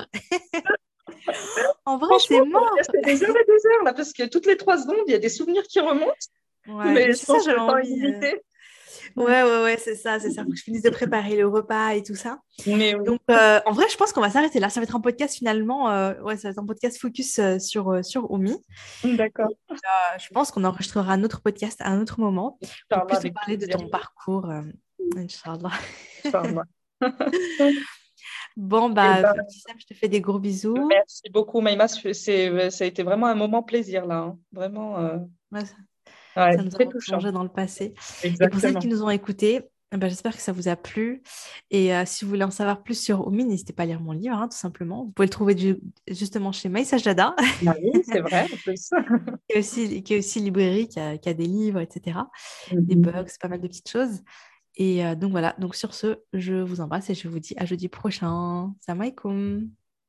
En vrai, Franchement, c'est on pourrait mort. rester des heures et des heures là, parce que toutes les trois secondes, il y a des souvenirs qui remontent, Ouais, mais mais je c'est ça, pense que j'avais le temps est envie. euh, limité. Ouais. Ouais, ouais, ouais, c'est ça, c'est ça. Faut que je finisse de préparer le repas et tout ça. Mais oui, Donc, euh, en vrai, je pense qu'on va s'arrêter là. Ça va être un podcast finalement. euh, ouais, ça va être un podcast focus euh, sur, euh, sur Omi. d'accord. Euh, je pense qu'on enregistrera un autre podcast à un autre moment pour Inch'Allah, plus te avec parler de plaisir. ton parcours. euh, Inch'Allah. Inch'Allah. Bon, Eh bah, ben, petit Sam, je te fais des gros bisous. merci beaucoup, Maïma. C'est, c'est- ça a été vraiment un moment plaisir là, hein. Vraiment, euh, Ouais, ça, ouais, ça nous a très touchant. replongé dans le passé. Et pour celles qui Exactement. nous ont écoutés, eh ben, j'espère que ça vous a plu. Et euh, si vous voulez en savoir plus sur Omi, n'hésitez pas à lire mon livre, hein, tout simplement. Vous pouvez le trouver du- justement chez Maïssa Jada, Ah oui, c'est vrai, en plus. qui est aussi, qui est aussi librairie, qui a, qui a des livres, et cetera. Des Mhm. bugs, pas mal de petites choses. Et euh, donc voilà, donc sur ce, je vous embrasse et je vous dis à jeudi prochain. Salam alaikum.